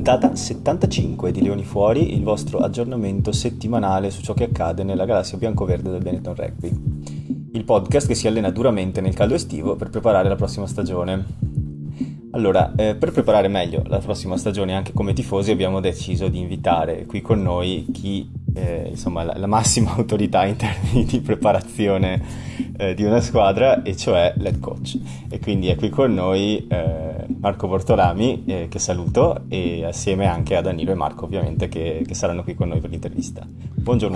Puntata 75 di Leoni Fuori, il vostro aggiornamento settimanale su ciò che accade nella galassia biancoverde del Benetton Rugby. Il podcast che si allena duramente nel caldo estivo per preparare la prossima stagione. Allora, per preparare meglio la prossima stagione anche come tifosi abbiamo deciso di invitare qui con noi chi, la massima autorità in termini di preparazione di una squadra, e cioè l'head coach. E quindi è qui con noi Marco Bortolami, che saluto, e assieme anche a Danilo e Marco ovviamente che saranno qui con noi per l'intervista. Buongiorno.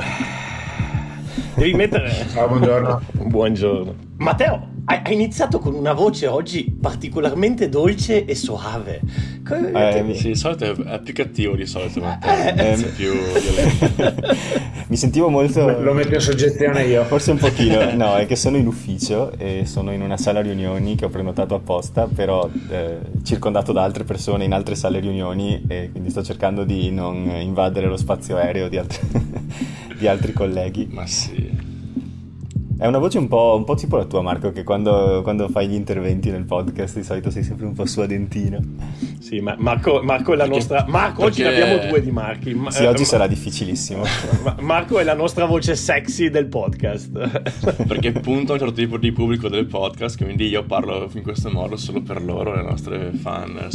Devi mettere... Ciao, buongiorno. Buongiorno. Matteo, hai iniziato con una voce oggi particolarmente dolce e soave. Sì, di solito è più cattivo di solito, Matteo. Più violento. Mi sentivo molto... Lo metto in soggezione io. Forse un pochino. No, è che sono in ufficio e sono in una sala riunioni che ho prenotato apposta, però circondato da altre persone in altre sale riunioni, e quindi sto cercando di non invadere lo spazio aereo di altri colleghi. Ma sì. È una voce un po' tipo la tua, Marco, che quando fai gli interventi nel podcast di solito sei sempre un po' suadentino. Sì, ma Marco è la nostra... Marco, oggi ne abbiamo due di Marchi. Sì, oggi sarà difficilissimo. Marco è la nostra voce sexy del podcast. Perché punto a un certo tipo di pubblico del podcast, quindi io parlo in questo modo solo per loro, le nostre fan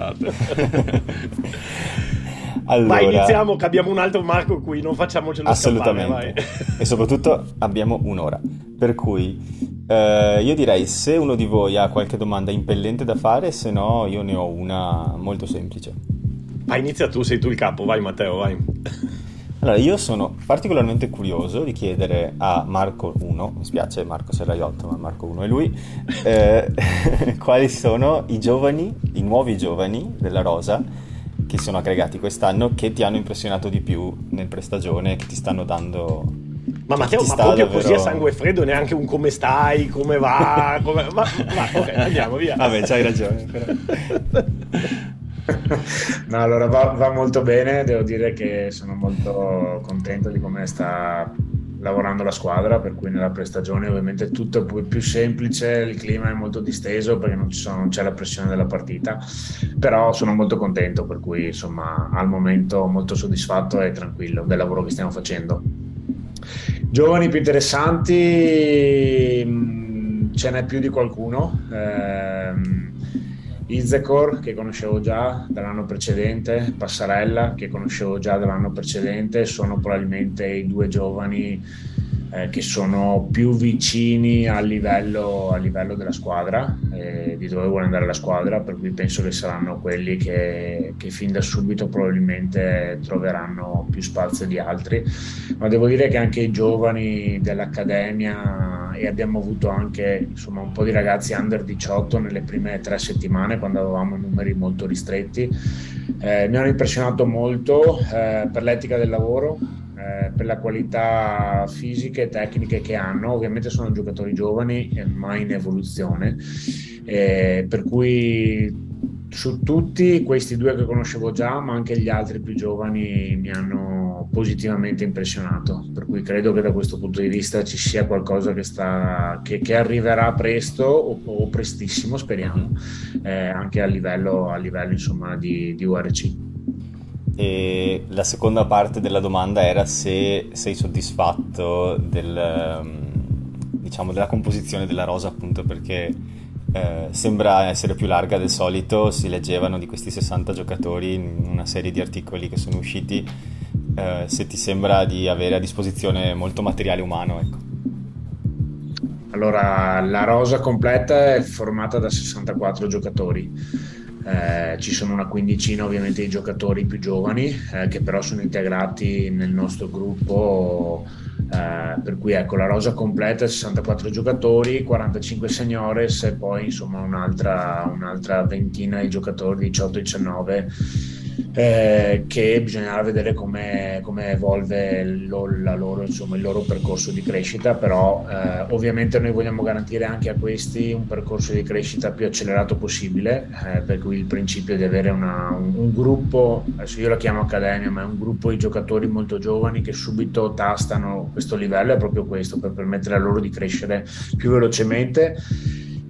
sfegatate. Allora, vai, iniziamo, che abbiamo un altro Marco qui, non facciamocelo assolutamente scappare, vai. E soprattutto abbiamo un'ora, per cui io direi, se uno di voi ha qualche domanda impellente da fare, se no io ne ho una molto semplice. Vai, inizia tu, sei tu il capo, vai Matteo, vai. Allora, io sono particolarmente curioso di chiedere a Marco 1, mi spiace Marco Serraiotto, ma Marco 1 è lui, quali sono i nuovi giovani della rosa che sono aggregati quest'anno, che ti hanno impressionato di più nel prestagione, che ti stanno dando... Ma Matteo, ma proprio davvero... così a sangue freddo, neanche un come stai, come va, ok, andiamo via. Vabbè, c'hai ragione, però. No, allora va molto bene, devo dire che sono molto contento di come sta lavorando la squadra, per cui nella prestagione ovviamente tutto è più semplice, il clima è molto disteso perché non c'è la pressione della partita, però sono molto contento, per cui insomma al momento molto soddisfatto e tranquillo del lavoro che stiamo facendo. Giovani più interessanti, ce n'è più di qualcuno. Izekor, che conoscevo già dall'anno precedente, Passarella, che conoscevo già dall'anno precedente, sono probabilmente i due giovani che sono più vicini al livello della squadra, di dove vuole andare la squadra, per cui penso che saranno quelli che fin da subito probabilmente troveranno più spazio di altri. Ma devo dire che anche i giovani dell'accademia, e abbiamo avuto anche insomma un po' di ragazzi under 18 nelle prime 3 settimane, quando avevamo numeri molto ristretti, mi hanno impressionato molto per l'etica del lavoro, per la qualità fisiche e tecniche che hanno. Ovviamente sono giocatori giovani ma in evoluzione, per cui su tutti questi due che conoscevo già, ma anche gli altri più giovani, mi hanno positivamente impressionato, per cui credo che da questo punto di vista ci sia qualcosa che arriverà presto o prestissimo, speriamo, anche a livello insomma di URC. E la seconda parte della domanda era se sei soddisfatto della composizione della rosa, appunto perché sembra essere più larga del solito. Si leggevano di questi 60 giocatori in una serie di articoli che sono usciti, se ti sembra di avere a disposizione molto materiale umano, ecco. Allora, la rosa completa è formata da 64 giocatori. Ci sono una quindicina ovviamente di giocatori più giovani, che però sono integrati nel nostro gruppo, per cui ecco, la rosa completa è 64 giocatori, 45 seniores e poi insomma un'altra ventina di giocatori, 18-19, che bisognerà vedere come evolve il loro percorso di crescita, però ovviamente noi vogliamo garantire anche a questi un percorso di crescita più accelerato possibile, per cui il principio di avere un gruppo, adesso io la chiamo accademia, ma è un gruppo di giocatori molto giovani che subito tastano questo livello, è proprio questo, per permettere a loro di crescere più velocemente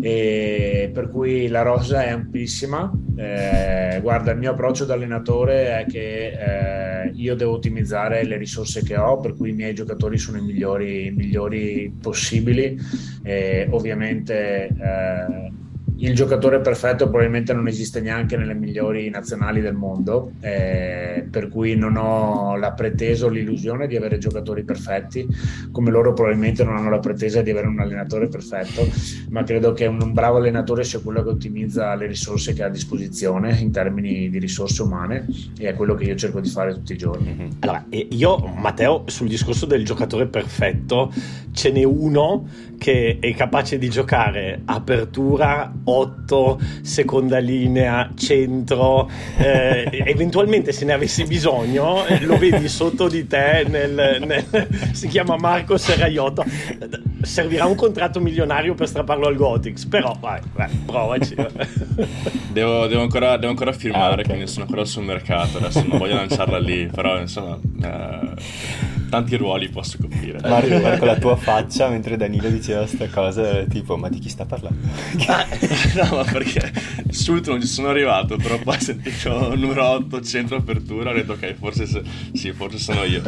e per cui la rosa è amplissima. Guarda, il mio approccio da allenatore è che io devo ottimizzare le risorse che ho, per cui i miei giocatori sono i migliori possibili. Ovviamente il giocatore perfetto probabilmente non esiste neanche nelle migliori nazionali del mondo, per cui non ho la pretesa o l'illusione di avere giocatori perfetti, come loro probabilmente non hanno la pretesa di avere un allenatore perfetto, ma credo che un bravo allenatore sia quello che ottimizza le risorse che ha a disposizione in termini di risorse umane, e è quello che io cerco di fare tutti i giorni. Allora, io, Matteo, sul discorso del giocatore perfetto, ce n'è uno che è capace di giocare apertura, 8, seconda linea, centro, eventualmente se ne avessi bisogno lo vedi sotto di te si chiama Marco Serraiotto. Servirà un contratto milionario per strapparlo al Gothics, però vai, provaci. Devo ancora firmare, quindi sono ancora sul mercato, adesso non voglio lanciarla lì, però insomma tanti ruoli posso coprire. Marco, la tua faccia mentre Danilo diceva sta cosa, tipo, ma di chi sta parlando? No, ma perché subito non ci sono arrivato, però poi sentito numero 8 centro apertura, ho detto ok, forse sono io.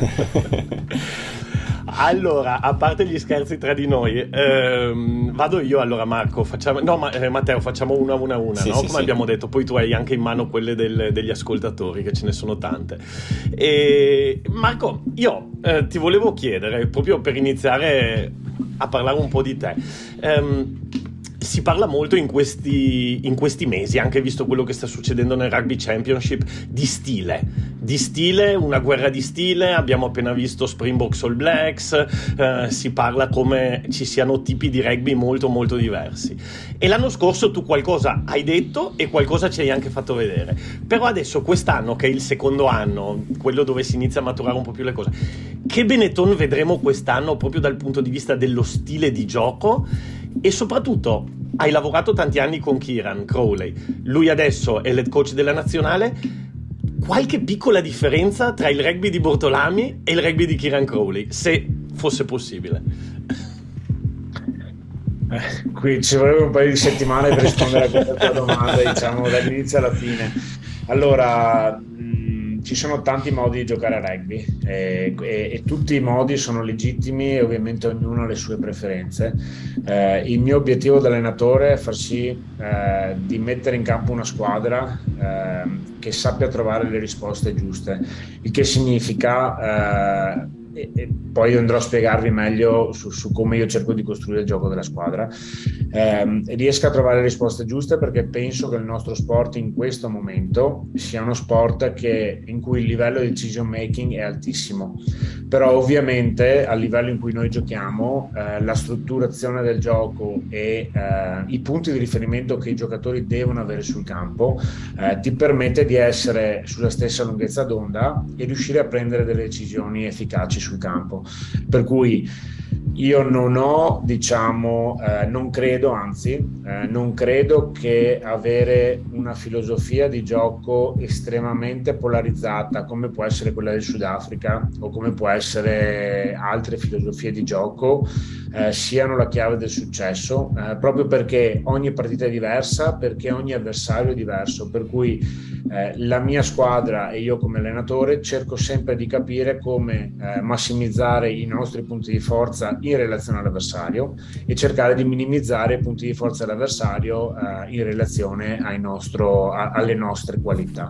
Allora, a parte gli scherzi tra di noi, vado io allora, Marco, Matteo, facciamo una, sì, no? Sì, come abbiamo detto, poi tu hai anche in mano quelle degli ascoltatori, che ce ne sono tante. E Marco, io ti volevo chiedere, proprio per iniziare a parlare un po' di te, si parla molto in questi mesi, anche visto quello che sta succedendo nel Rugby Championship, di stile, una guerra di stile. Abbiamo appena visto Springboks All Blacks, si parla come ci siano tipi di rugby molto molto diversi, e l'anno scorso tu qualcosa hai detto e qualcosa ci hai anche fatto vedere, però adesso quest'anno, che è il secondo anno, quello dove si inizia a maturare un po' più le cose, che Benetton vedremo quest'anno proprio dal punto di vista dello stile di gioco? E soprattutto hai lavorato tanti anni con Kieran Crowley, lui adesso è l'head coach della nazionale. Qualche piccola differenza tra il rugby di Bortolami e il rugby di Kieran Crowley, se fosse possibile? Qui ci vorrebbe un paio di settimane per rispondere a questa tua domanda, diciamo dall'inizio alla fine. Allora, ci sono tanti modi di giocare a rugby e tutti i modi sono legittimi, e ovviamente ognuno ha le sue preferenze. Il mio obiettivo da allenatore è far sì di mettere in campo una squadra che sappia trovare le risposte giuste, il che significa e poi andrò a spiegarvi meglio su come io cerco di costruire il gioco della squadra, riesca a trovare le risposte giuste, perché penso che il nostro sport in questo momento sia uno sport in cui il livello di decision making è altissimo, però ovviamente al livello in cui noi giochiamo la strutturazione del gioco e i punti di riferimento che i giocatori devono avere sul campo ti permette di essere sulla stessa lunghezza d'onda e riuscire a prendere delle decisioni efficaci sul campo. Per cui io non credo che avere una filosofia di gioco estremamente polarizzata, come può essere quella del Sudafrica o come può essere altre filosofie di gioco, siano la chiave del successo, proprio perché ogni partita è diversa, perché ogni avversario è diverso, per cui la mia squadra e io come allenatore cerco sempre di capire come massimizzare i nostri punti di forza in relazione all'avversario e cercare di minimizzare i punti di forza dell'avversario in relazione alle nostre qualità.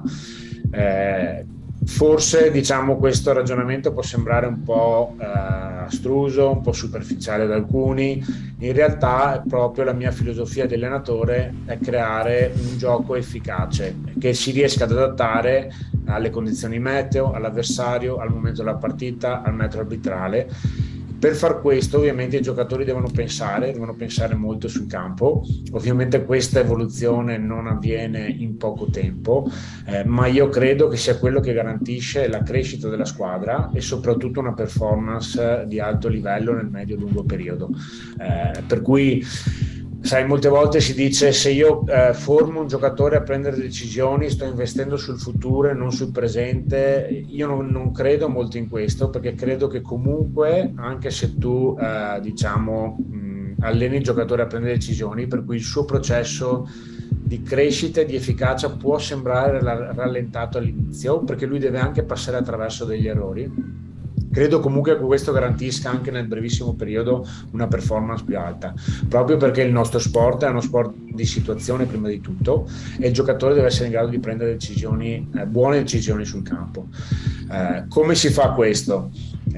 Forse questo ragionamento può sembrare un po' astruso, un po' superficiale ad alcuni. In realtà proprio la mia filosofia di allenatore è creare un gioco efficace che si riesca ad adattare alle condizioni meteo, all'avversario, al momento della partita, al metro arbitrale. Per far questo ovviamente i giocatori devono pensare molto sul campo. Ovviamente questa evoluzione non avviene in poco tempo, ma io credo che sia quello che garantisce la crescita della squadra e soprattutto una performance di alto livello nel medio-lungo periodo. Per cui, sai, molte volte si dice: se io formo un giocatore a prendere decisioni, sto investendo sul futuro e non sul presente. Io non credo molto in questo, perché credo che comunque, anche se tu alleni il giocatore a prendere decisioni, per cui il suo processo di crescita e di efficacia può sembrare rallentato all'inizio, perché lui deve anche passare attraverso degli errori. Credo comunque che questo garantisca anche nel brevissimo periodo una performance più alta, proprio perché il nostro sport è uno sport di situazione prima di tutto, e il giocatore deve essere in grado di prendere decisioni, buone decisioni sul campo. Come si fa questo?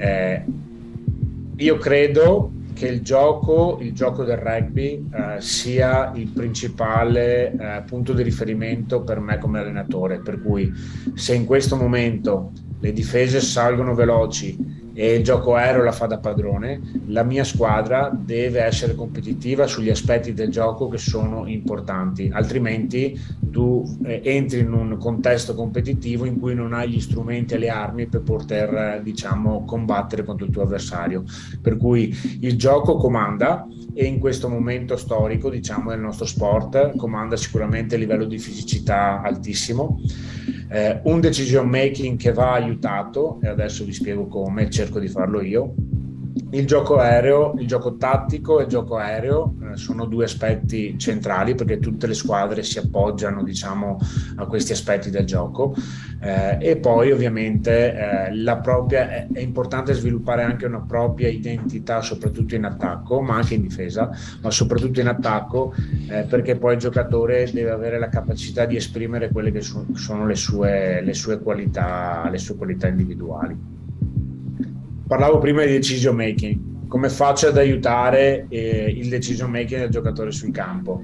Io credo che il gioco del rugby sia il principale punto di riferimento per me come allenatore, per cui se in questo momento le difese salgono veloci e il gioco aereo la fa da padrone, la mia squadra deve essere competitiva sugli aspetti del gioco che sono importanti, altrimenti tu entri in un contesto competitivo in cui non hai gli strumenti e le armi per poter combattere contro il tuo avversario, per cui il gioco comanda, e in questo momento storico del nostro sport comanda sicuramente a livello di fisicità altissimo, un decision making che va aiutato, e adesso vi spiego come, cerco di farlo io. Il gioco aereo, il gioco tattico e il gioco aereo sono due aspetti centrali, perché tutte le squadre si appoggiano a questi aspetti del gioco, e poi ovviamente è importante sviluppare anche una propria identità, soprattutto in attacco, ma anche in difesa, ma soprattutto in attacco, perché poi il giocatore deve avere la capacità di esprimere quelle che sono le sue qualità individuali. Parlavo prima di decision making. Come faccio ad aiutare il decision making del giocatore sul campo?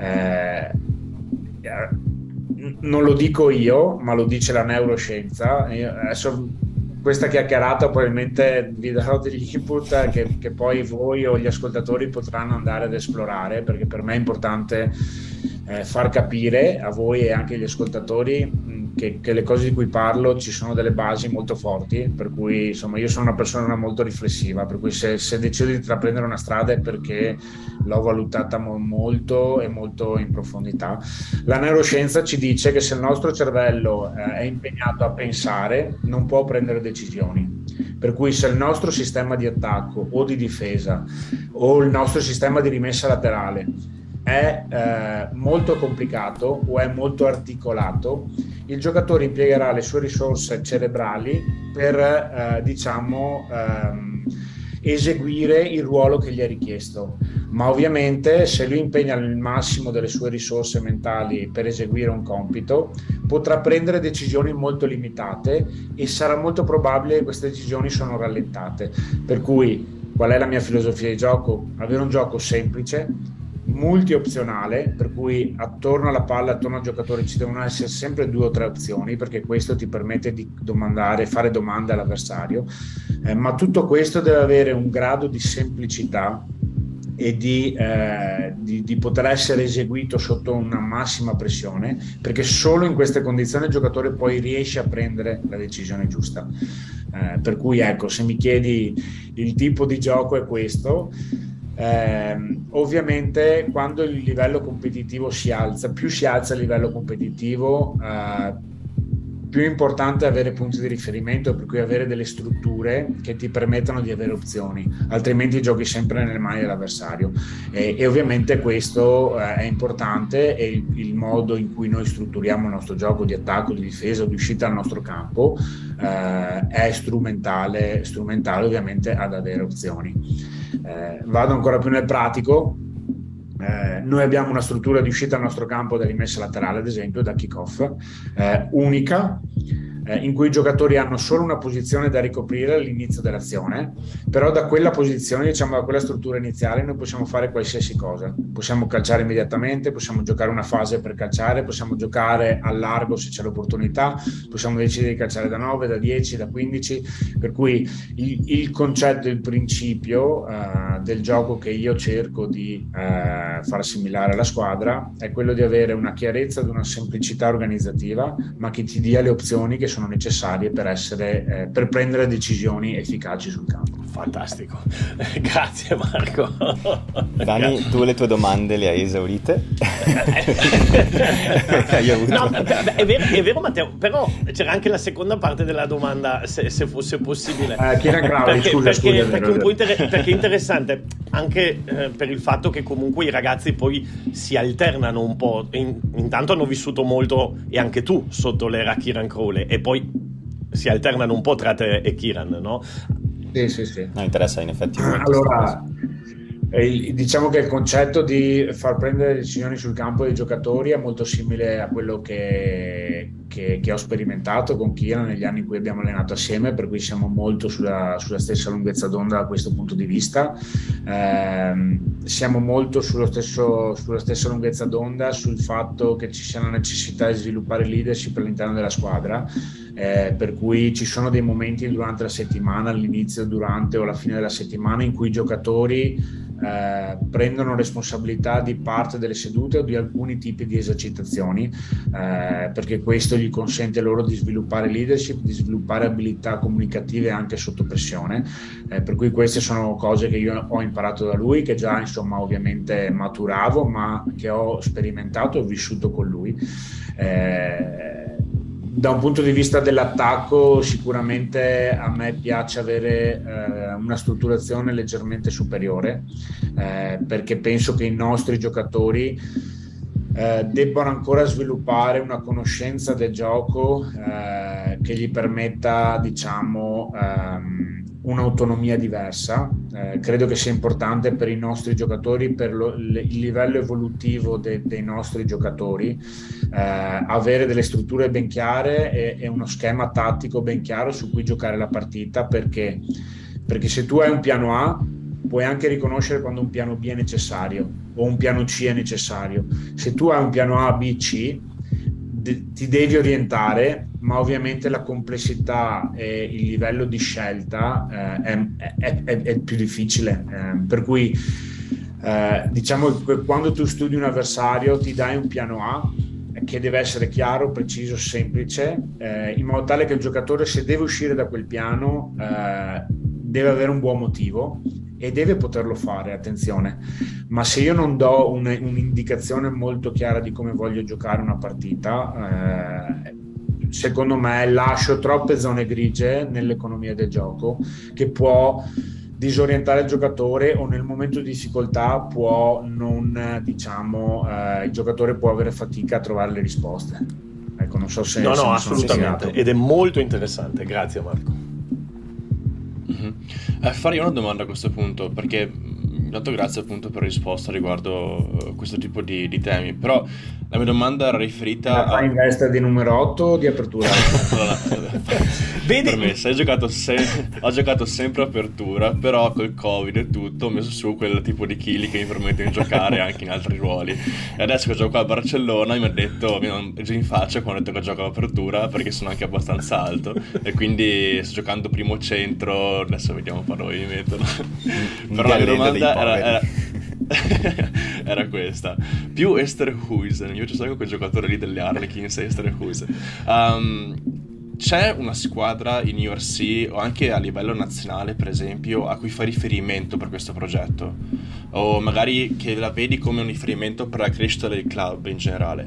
Non lo dico io, ma lo dice la neuroscienza. Adesso questa chiacchierata probabilmente vi darò degli input che poi voi o gli ascoltatori potranno andare ad esplorare, perché per me è importante far capire a voi e anche agli ascoltatori che le cose di cui parlo ci sono delle basi molto forti, per cui io sono una persona molto riflessiva, per cui se decido di intraprendere una strada è perché l'ho valutata molto e molto in profondità. La neuroscienza ci dice che se il nostro cervello è impegnato a pensare, non può prendere decisioni, per cui se il nostro sistema di attacco o di difesa o il nostro sistema di rimessa laterale è molto complicato o è molto articolato, il giocatore impiegherà le sue risorse cerebrali per eseguire il ruolo che gli è richiesto. Ma ovviamente se lui impegna il massimo delle sue risorse mentali per eseguire un compito, potrà prendere decisioni molto limitate e sarà molto probabile che queste decisioni sono rallentate. Per cui qual è la mia filosofia di gioco? Avere un gioco semplice, multiopzionale, per cui attorno alla palla, attorno al giocatore ci devono essere sempre 2 o 3 opzioni, perché questo ti permette di fare domande all'avversario, ma tutto questo deve avere un grado di semplicità e di poter essere eseguito sotto una massima pressione, perché solo in queste condizioni il giocatore poi riesce a prendere la decisione giusta. Per cui ecco, se mi chiedi il tipo di gioco è questo. Ovviamente quando il livello competitivo più si alza il livello competitivo, più è importante avere punti di riferimento, per cui avere delle strutture che ti permettano di avere opzioni, altrimenti giochi sempre nelle mani dell'avversario, e ovviamente questo è importante, e il modo in cui noi strutturiamo il nostro gioco di attacco, di difesa o di uscita dal nostro campo è strumentale ovviamente ad avere opzioni. Vado ancora più nel pratico. Noi abbiamo una struttura di uscita dal nostro campo da rimessa laterale, ad esempio da kick-off, unica, in cui i giocatori hanno solo una posizione da ricoprire all'inizio dell'azione, però da quella posizione, da quella struttura iniziale, noi possiamo fare qualsiasi cosa. Possiamo calciare immediatamente, possiamo giocare una fase per calciare, possiamo giocare al largo se c'è l'opportunità, possiamo decidere di calciare da 9, da 10, da 15, per cui il concetto, il principio del gioco che io cerco di far assimilare alla squadra è quello di avere una chiarezza ed una semplicità organizzativa, ma che ti dia le opzioni che sono sono necessarie per prendere decisioni efficaci sul campo. Fantastico, grazie Marco. Dani, tu le tue domande le hai esaurite? No, è vero Matteo, però c'era anche la seconda parte della domanda, se fosse possibile. Perché è interessante anche per il fatto che comunque i ragazzi poi si alternano un po'. Intanto hanno vissuto molto, e anche tu, sotto l'era Kieran Crowley, e poi si alternano un po' tra te e Kieran, no? Sì. No, interessa in effetti. Allora, diciamo che il concetto di far prendere decisioni sul campo dei giocatori è molto simile a quello che ho sperimentato con Kieran negli anni in cui abbiamo allenato assieme, per cui siamo molto sulla stessa lunghezza d'onda da questo punto di vista. Siamo molto sulla stessa lunghezza d'onda sul fatto che ci sia la necessità di sviluppare leadership all'interno della squadra, per cui ci sono dei momenti durante la settimana, all'inizio, durante o alla fine della settimana, in cui i giocatori prendono responsabilità di parte delle sedute o di alcuni tipi di esercitazioni, perché questo gli consente loro di sviluppare leadership, di sviluppare abilità comunicative anche sotto pressione, per cui queste sono cose che io ho imparato da lui, che già insomma ovviamente maturavo, ma che ho sperimentato e ho vissuto con lui. Da un punto di vista dell'attacco, sicuramente a me piace avere una strutturazione leggermente superiore, perché penso che i nostri giocatori debbano ancora sviluppare una conoscenza del gioco che gli permetta, diciamo, un'autonomia diversa. Credo che sia importante per i nostri giocatori, per il livello evolutivo dei nostri giocatori, avere delle strutture ben chiare e uno schema tattico ben chiaro su cui giocare la partita, perché se tu hai un piano A puoi anche riconoscere quando un piano B è necessario o un piano C è necessario. Se tu hai un piano A, B, C, ti devi orientare, ma ovviamente la complessità e il livello di scelta è più difficile, per cui diciamo che quando tu studi un avversario ti dai un piano A che deve essere chiaro, preciso, semplice, in modo tale che il giocatore, se deve uscire da quel piano, deve avere un buon motivo e deve poterlo fare, attenzione. Ma se io non do un'indicazione molto chiara di come voglio giocare una partita, secondo me lascio troppe zone grigie nell'economia del gioco, che può disorientare il giocatore, o nel momento di difficoltà il giocatore può avere fatica a trovare le risposte. Ecco, non so se... No, assolutamente, ed è molto interessante. Grazie Marco. Farei una domanda a questo punto, perché intanto grazie appunto per la risposta riguardo questo tipo di temi, però la mia domanda era riferita a... in veste di numero 8 o di apertura? Vedi? Permesso, ho giocato sempre apertura, però col Covid e tutto ho messo su quel tipo di chili che mi permettono di giocare anche in altri ruoli, e adesso che gioco a Barcellona mi ha detto giù in faccia quando ho detto che gioco apertura, perché sono anche abbastanza alto e quindi sto giocando primo centro, adesso vediamo un po' dove mi mettono. Però la mia domanda era questa: più Esterhuizen, io ci sono quel giocatore lì delle Harlequins, Esterhuizen, c'è una squadra in URC o anche a livello nazionale, per esempio, a cui fai riferimento per questo progetto, o magari che la vedi come un riferimento per la crescita del club in generale?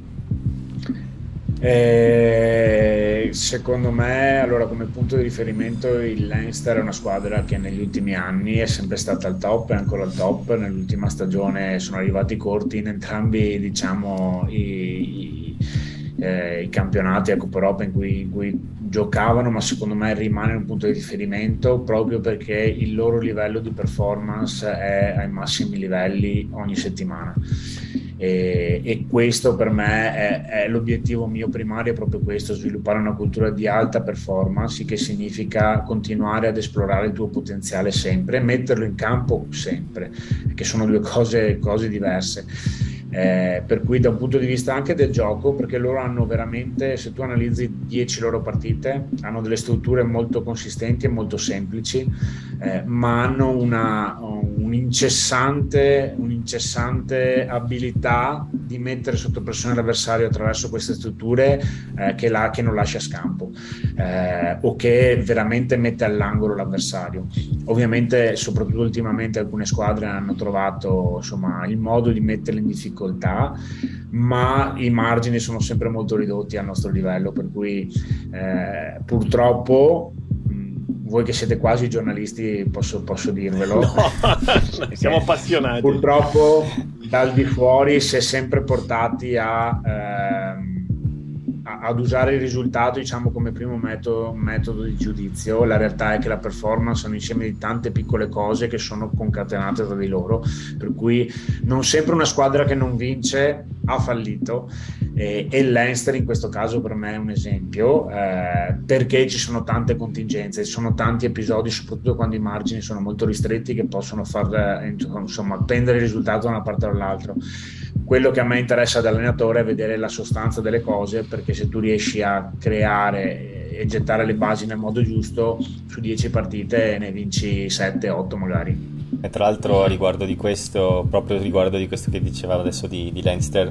Secondo me, allora, come punto di riferimento, il Leinster è una squadra che negli ultimi anni è sempre stata al top, è ancora al top. Nell'ultima stagione sono arrivati corti in entrambi, diciamo, i campionati a Coppa Europa in cui giocavano, ma secondo me rimane un punto di riferimento proprio perché il loro livello di performance è ai massimi livelli ogni settimana. E questo per me è l'obiettivo mio primario, è proprio questo: sviluppare una cultura di alta performance, che significa continuare ad esplorare il tuo potenziale sempre, metterlo in campo sempre, che sono due cose diverse. Per cui da un punto di vista anche del gioco, perché loro hanno veramente, se tu analizzi 10 loro partite, hanno delle strutture molto consistenti e molto semplici, ma hanno un un'incessante abilità di mettere sotto pressione l'avversario attraverso queste strutture che non lascia scampo, o che veramente mette all'angolo l'avversario. Ovviamente, soprattutto ultimamente, alcune squadre hanno trovato, insomma, il modo di metterle in difficoltà, ma i margini sono sempre molto ridotti al nostro livello, per cui purtroppo, voi che siete quasi giornalisti, posso dirvelo. No, siamo appassionati. Purtroppo dal di fuori si è sempre portati ad usare il risultato, diciamo, come primo metodo di giudizio. La realtà è che la performance è un insieme di tante piccole cose che sono concatenate tra di loro, per cui non sempre una squadra che non vince ha fallito, e il Leinster in questo caso per me è un esempio, perché ci sono tante contingenze, ci sono tanti episodi, soprattutto quando i margini sono molto ristretti, che possono far, insomma, pendere il risultato da una parte o dall'altra. Quello che a me interessa da allenatore è vedere la sostanza delle cose, perché se tu riesci a creare e gettare le basi nel modo giusto, su 10 partite ne vinci 7-8 magari. E tra l'altro, riguardo di questo che diceva adesso di Leinster,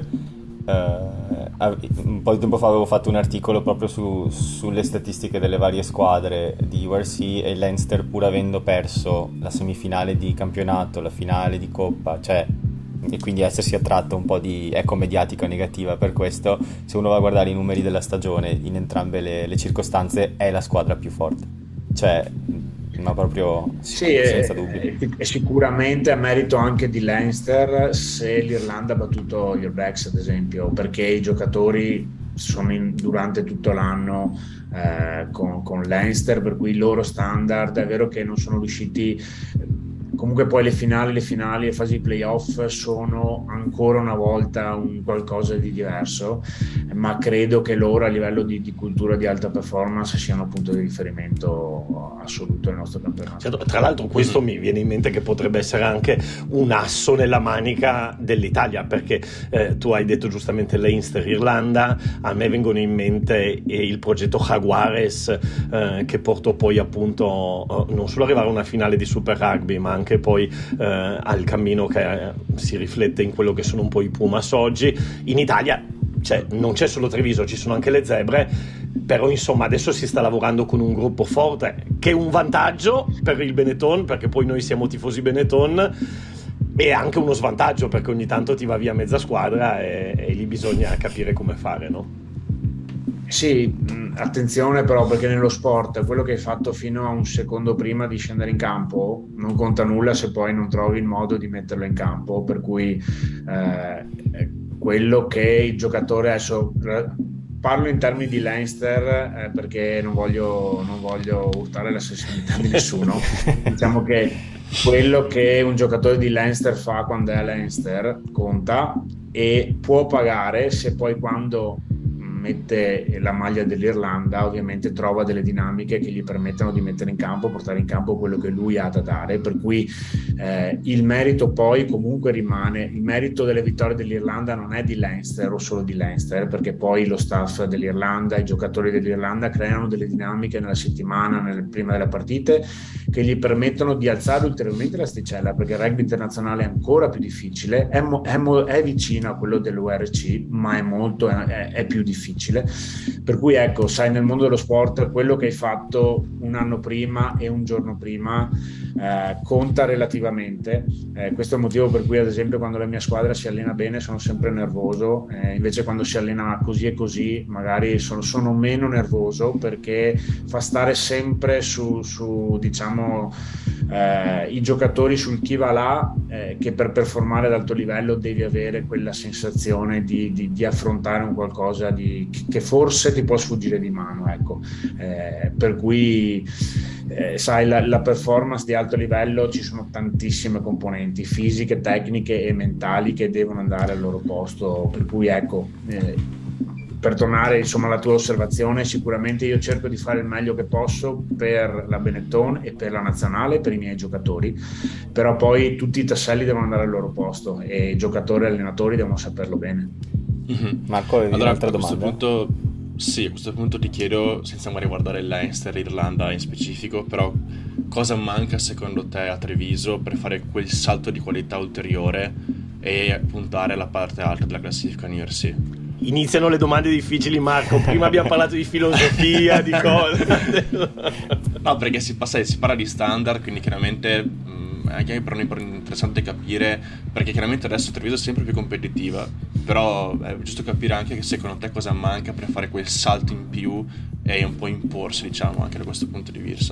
un po' di tempo fa avevo fatto un articolo proprio sulle statistiche delle varie squadre di URC, e il Leinster, pur avendo perso la semifinale di campionato, la finale di Coppa, e quindi essersi attratto un po' di eco mediatica negativa per questo, se uno va a guardare i numeri della stagione in entrambe le circostanze, è la squadra più forte, ma proprio senza dubbio. E sicuramente a merito anche di Leinster se l'Irlanda ha battuto gli All Blacks, ad esempio, perché i giocatori sono durante tutto l'anno con Leinster, per cui i loro standard, è vero che non sono riusciti. Comunque poi le finali, le fasi di playoff sono ancora una volta un qualcosa di diverso, ma credo che loro a livello di cultura di alta performance siano un punto di riferimento assoluto nel nostro campionato. Certo, tra l'altro questo mi viene in mente che potrebbe essere anche un asso nella manica dell'Italia, perché tu hai detto giustamente Leinster, Irlanda, a me vengono in mente il progetto Jaguares, che portò poi appunto non solo arrivare a una finale di Super Rugby, ma anche poi al cammino che si riflette in quello che sono un po' i Pumas oggi. In Italia non c'è solo Treviso, ci sono anche le Zebre, però insomma adesso si sta lavorando con un gruppo forte, che è un vantaggio per il Benetton, perché poi noi siamo tifosi Benetton, e anche uno svantaggio perché ogni tanto ti va via mezza squadra e lì bisogna capire come fare, no? Sì, attenzione però, perché nello sport quello che hai fatto fino a un secondo prima di scendere in campo non conta nulla se poi non trovi il modo di metterlo in campo, per cui quello che il giocatore, adesso parlo in termini di Leinster, perché non voglio urtare la sensibilità di nessuno. Diciamo che quello che un giocatore di Leinster fa quando è a Leinster conta, e può pagare se poi, quando mette la maglia dell'Irlanda, ovviamente trova delle dinamiche che gli permettono di mettere in campo, portare in campo quello che lui ha da dare, per cui il merito poi comunque rimane. Il merito delle vittorie dell'Irlanda non è di Leinster o solo di Leinster, perché poi lo staff dell'Irlanda, i giocatori dell'Irlanda creano delle dinamiche nella settimana, prima delle partite, che gli permettono di alzare ulteriormente l'asticella, perché il rugby internazionale è ancora più difficile, è vicino a quello dell'URC, ma è più difficile. Per cui ecco, sai, nel mondo dello sport quello che hai fatto un anno prima e un giorno prima conta relativamente. Questo è il motivo per cui, ad esempio, quando la mia squadra si allena bene sono sempre nervoso, invece quando si allena così e così magari sono meno nervoso, perché fa stare sempre su diciamo i giocatori sul chi va là, che per performare ad alto livello devi avere quella sensazione di affrontare un qualcosa che forse ti può sfuggire di mano, ecco. Per cui sai, la performance di alto livello, ci sono tantissime componenti fisiche, tecniche e mentali che devono andare al loro posto, per cui ecco, per tornare insomma alla tua osservazione, sicuramente io cerco di fare il meglio che posso per la Benetton e per la nazionale, per i miei giocatori, però poi tutti i tasselli devono andare al loro posto e i giocatori e allenatori devono saperlo bene. Marco, avevi un'altra domanda? A questo punto Sì, a questo punto ti chiedo, senza magari guardare il Leinster, l'Irlanda in specifico, però cosa manca secondo te a Treviso per fare quel salto di qualità ulteriore e puntare alla parte alta della classifica Universi? Iniziano le domande difficili, Marco. Prima abbiamo parlato di filosofia, di cose. No, perché si parla di standard, quindi chiaramente anche per noi è interessante capire, perché chiaramente adesso Treviso è sempre più competitiva, però è giusto capire anche che secondo te cosa manca per fare quel salto in più e un po' imporsi, diciamo, anche da questo punto di vista.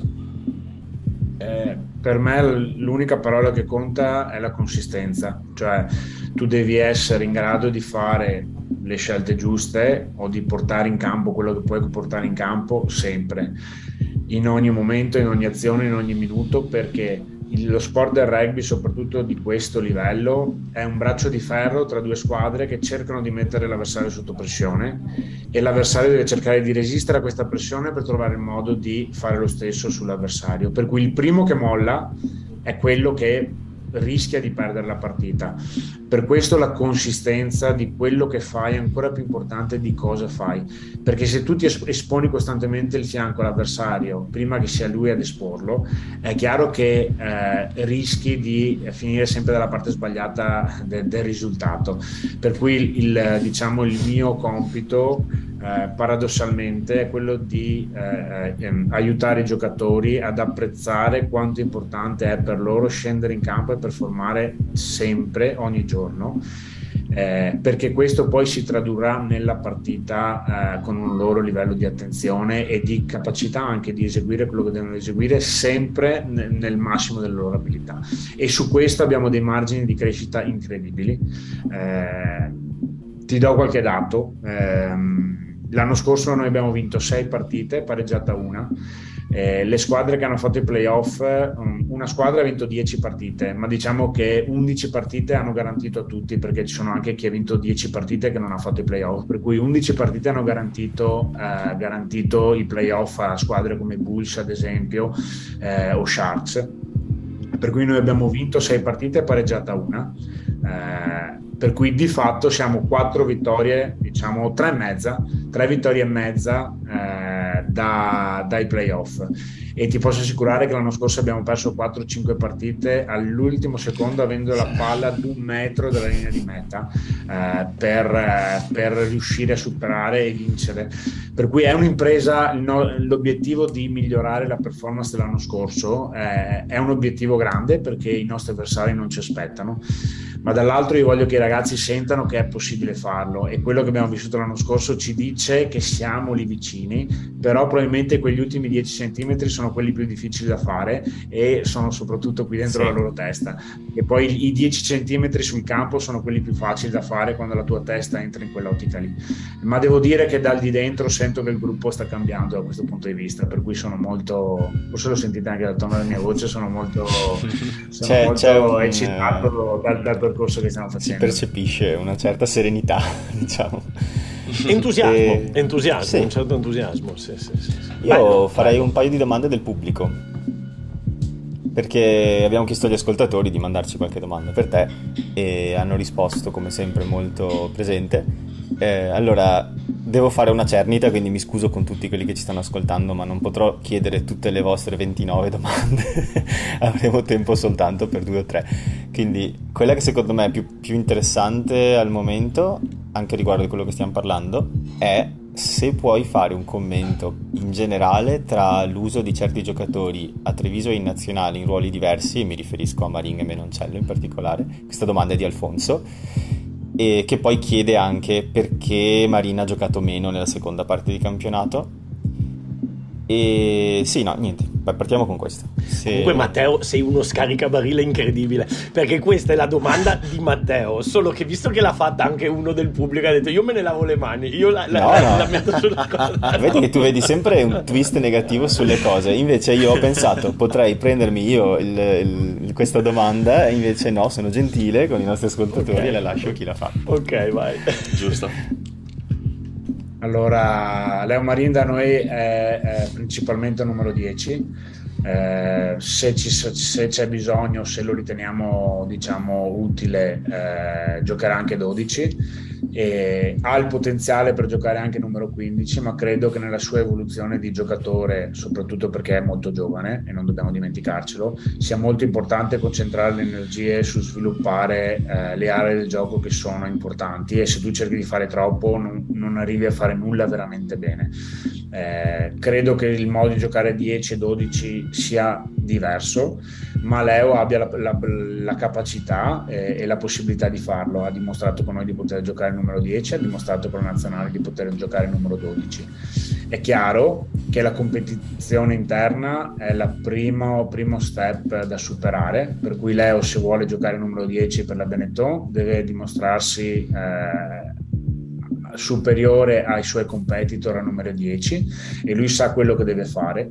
Per me l'unica parola che conta è la consistenza, cioè tu devi essere in grado di fare le scelte giuste o di portare in campo quello che puoi portare in campo sempre, in ogni momento, in ogni azione, in ogni minuto, perché lo sport del rugby, soprattutto di questo livello, è un braccio di ferro tra due squadre che cercano di mettere l'avversario sotto pressione e l'avversario deve cercare di resistere a questa pressione per trovare il modo di fare lo stesso sull'avversario, per cui il primo che molla è quello che rischia di perdere la partita. Per questo la consistenza di quello che fai è ancora più importante di cosa fai, perché se tu ti esponi costantemente il fianco all'avversario prima che sia lui ad esporlo, è chiaro che rischi di finire sempre dalla parte sbagliata del risultato. Per cui il mio compito paradossalmente è quello di aiutare i giocatori ad apprezzare quanto importante è per loro scendere in campo e performare sempre, ogni giorno, perché questo poi si tradurrà nella partita con un loro livello di attenzione e di capacità anche di eseguire quello che devono eseguire sempre nel massimo delle loro abilità, e su questo abbiamo dei margini di crescita incredibili. Ti do qualche dato. L'anno scorso noi abbiamo vinto 6 partite, pareggiata una. Le squadre che hanno fatto i playoff, una squadra ha vinto 10 partite, ma diciamo che 11 partite hanno garantito a tutti, perché ci sono anche chi ha vinto 10 partite che non ha fatto i playoff, per cui 11 partite hanno garantito i playoff a squadre come Bulls ad esempio, o Sharks, per cui noi abbiamo vinto 6 partite e pareggiata una. Per cui di fatto siamo 4 vittorie, diciamo 3 vittorie e mezza dai playoff, e ti posso assicurare che l'anno scorso abbiamo perso 4-5 partite all'ultimo secondo, avendo la palla ad 1 metro dalla linea di meta, per riuscire a superare e vincere. Per cui è un'impresa, l'obiettivo di migliorare la performance dell'anno scorso è un obiettivo grande, perché i nostri avversari non ci aspettano, ma dall'altro io voglio che i ragazzi sentano che è possibile farlo, e quello che abbiamo vissuto l'anno scorso ci dice che siamo lì vicini, però probabilmente quegli ultimi 10 centimetri sono quelli più difficili da fare, e sono soprattutto qui dentro la loro testa, e poi i 10 centimetri sul campo sono quelli più facili da fare quando la tua testa entra in quell'ottica lì. Ma devo dire che dal di dentro sento che il gruppo sta cambiando da questo punto di vista, per cui sono molto, forse lo sentite anche dal tono della mia voce, sono molto eccitato dal percorso che stiamo facendo. Si percepisce una certa serenità, diciamo. Entusiasmo, sì. Un certo entusiasmo. Sì. Io farei un paio di domande del pubblico, perché abbiamo chiesto agli ascoltatori di mandarci qualche domanda per te e hanno risposto come sempre molto presente. Allora devo fare una cernita, quindi mi scuso con tutti quelli che ci stanno ascoltando, ma non potrò chiedere tutte le vostre 29 domande. Avremo tempo soltanto per 2 o 3, quindi quella che secondo me è più interessante al momento, anche riguardo di quello che stiamo parlando, è se puoi fare un commento in generale tra l'uso di certi giocatori a Treviso e in nazionale in ruoli diversi, mi riferisco a Marin e Menoncello in particolare. Questa domanda è di Alfonso, e che poi chiede anche perché Marin ha giocato meno nella seconda parte di campionato. E sì, no, niente, partiamo con questo. Comunque Matteo, sei uno scaricabarile incredibile, perché questa è la domanda di Matteo, solo che visto che l'ha fatta anche uno del pubblico, ha detto io me ne lavo le mani, io la metto sulla cosa. Vedi che tu vedi sempre un twist negativo sulle cose, invece io ho pensato potrei prendermi io questa domanda, e invece no, sono gentile con i nostri ascoltatori, e la lascio a chi la fa. Ok, vai. Giusto. Allora, Leo Marin da noi è principalmente numero 10, Se c'è bisogno, se lo riteniamo diciamo utile, giocherà anche 12 e ha il potenziale per giocare anche numero 15, ma credo che nella sua evoluzione di giocatore, soprattutto perché è molto giovane e non dobbiamo dimenticarcelo, sia molto importante concentrare le energie su sviluppare le aree del gioco che sono importanti, e se tu cerchi di fare troppo non arrivi a fare nulla veramente bene. Credo che il modo di giocare 10 e 12 sia diverso, ma Leo abbia la capacità e la possibilità di farlo. Ha dimostrato con noi di poter giocare il numero 10, ha dimostrato con la nazionale di poter giocare il numero 12. È chiaro che la competizione interna è il primo step da superare, per cui Leo, se vuole giocare il numero 10 per la Benetton, deve dimostrarsi superiore ai suoi competitor a numero 10, e lui sa quello che deve fare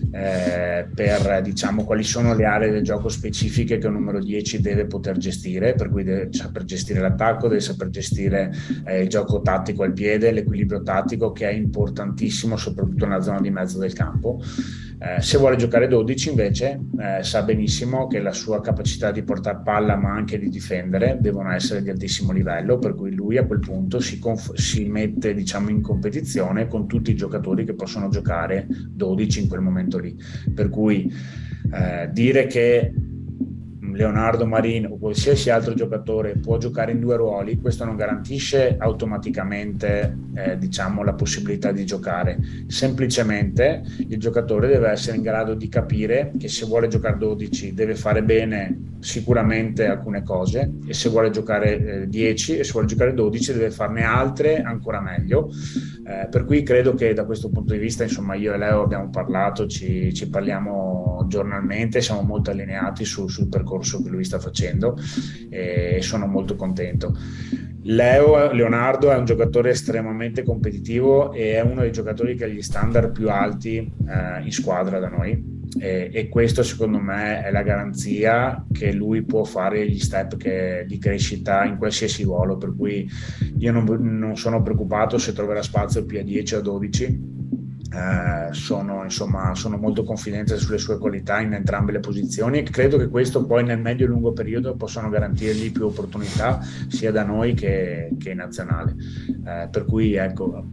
per, diciamo, quali sono le aree del gioco specifiche che un numero 10 deve poter gestire, per cui deve saper gestire l'attacco, deve saper gestire il gioco tattico al piede, l'equilibrio tattico, che è importantissimo soprattutto nella zona di mezzo del campo. Se vuole giocare 12 invece sa benissimo che la sua capacità di portare palla ma anche di difendere devono essere di altissimo livello, per cui lui a quel punto si mette, diciamo, in competizione con tutti i giocatori che possono giocare 12 in quel momento lì, per cui dire che Leonardo Marin o qualsiasi altro giocatore può giocare in due ruoli, questo non garantisce automaticamente diciamo la possibilità di giocare. Semplicemente il giocatore deve essere in grado di capire che se vuole giocare 12 deve fare bene sicuramente alcune cose, e se vuole giocare 10 e se vuole giocare 12 deve farne altre ancora meglio, per cui credo che da questo punto di vista, insomma, io e Leo abbiamo parlato, ci parliamo giornalmente, siamo molto allineati sul percorso che lui sta facendo e sono molto contento. Leonardo è un giocatore estremamente competitivo e è uno dei giocatori che ha gli standard più alti in squadra da noi, e questo secondo me è la garanzia che lui può fare gli step di crescita in qualsiasi ruolo, per cui io non sono preoccupato se troverà spazio più a 10 o a 12. Sono molto confidente sulle sue qualità in entrambe le posizioni, e credo che questo poi nel medio e lungo periodo possano garantirgli più opportunità sia da noi che in nazionale, per cui ecco,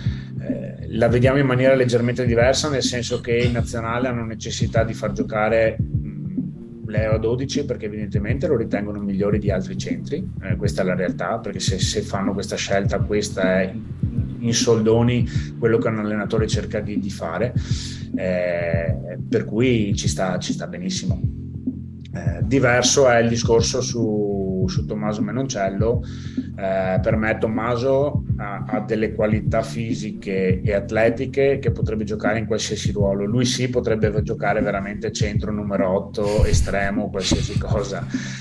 la vediamo in maniera leggermente diversa, nel senso che in nazionale hanno necessità di far giocare Leo a 12 perché evidentemente lo ritengono migliori di altri centri, questa è la realtà, perché se fanno questa scelta, questa è in soldoni quello che un allenatore cerca di fare, per cui ci sta benissimo. Diverso è il discorso su Tommaso Menoncello. Per me Tommaso ha delle qualità fisiche e atletiche che potrebbe giocare in qualsiasi ruolo. Lui sì, potrebbe giocare veramente centro, numero 8, estremo, qualsiasi cosa,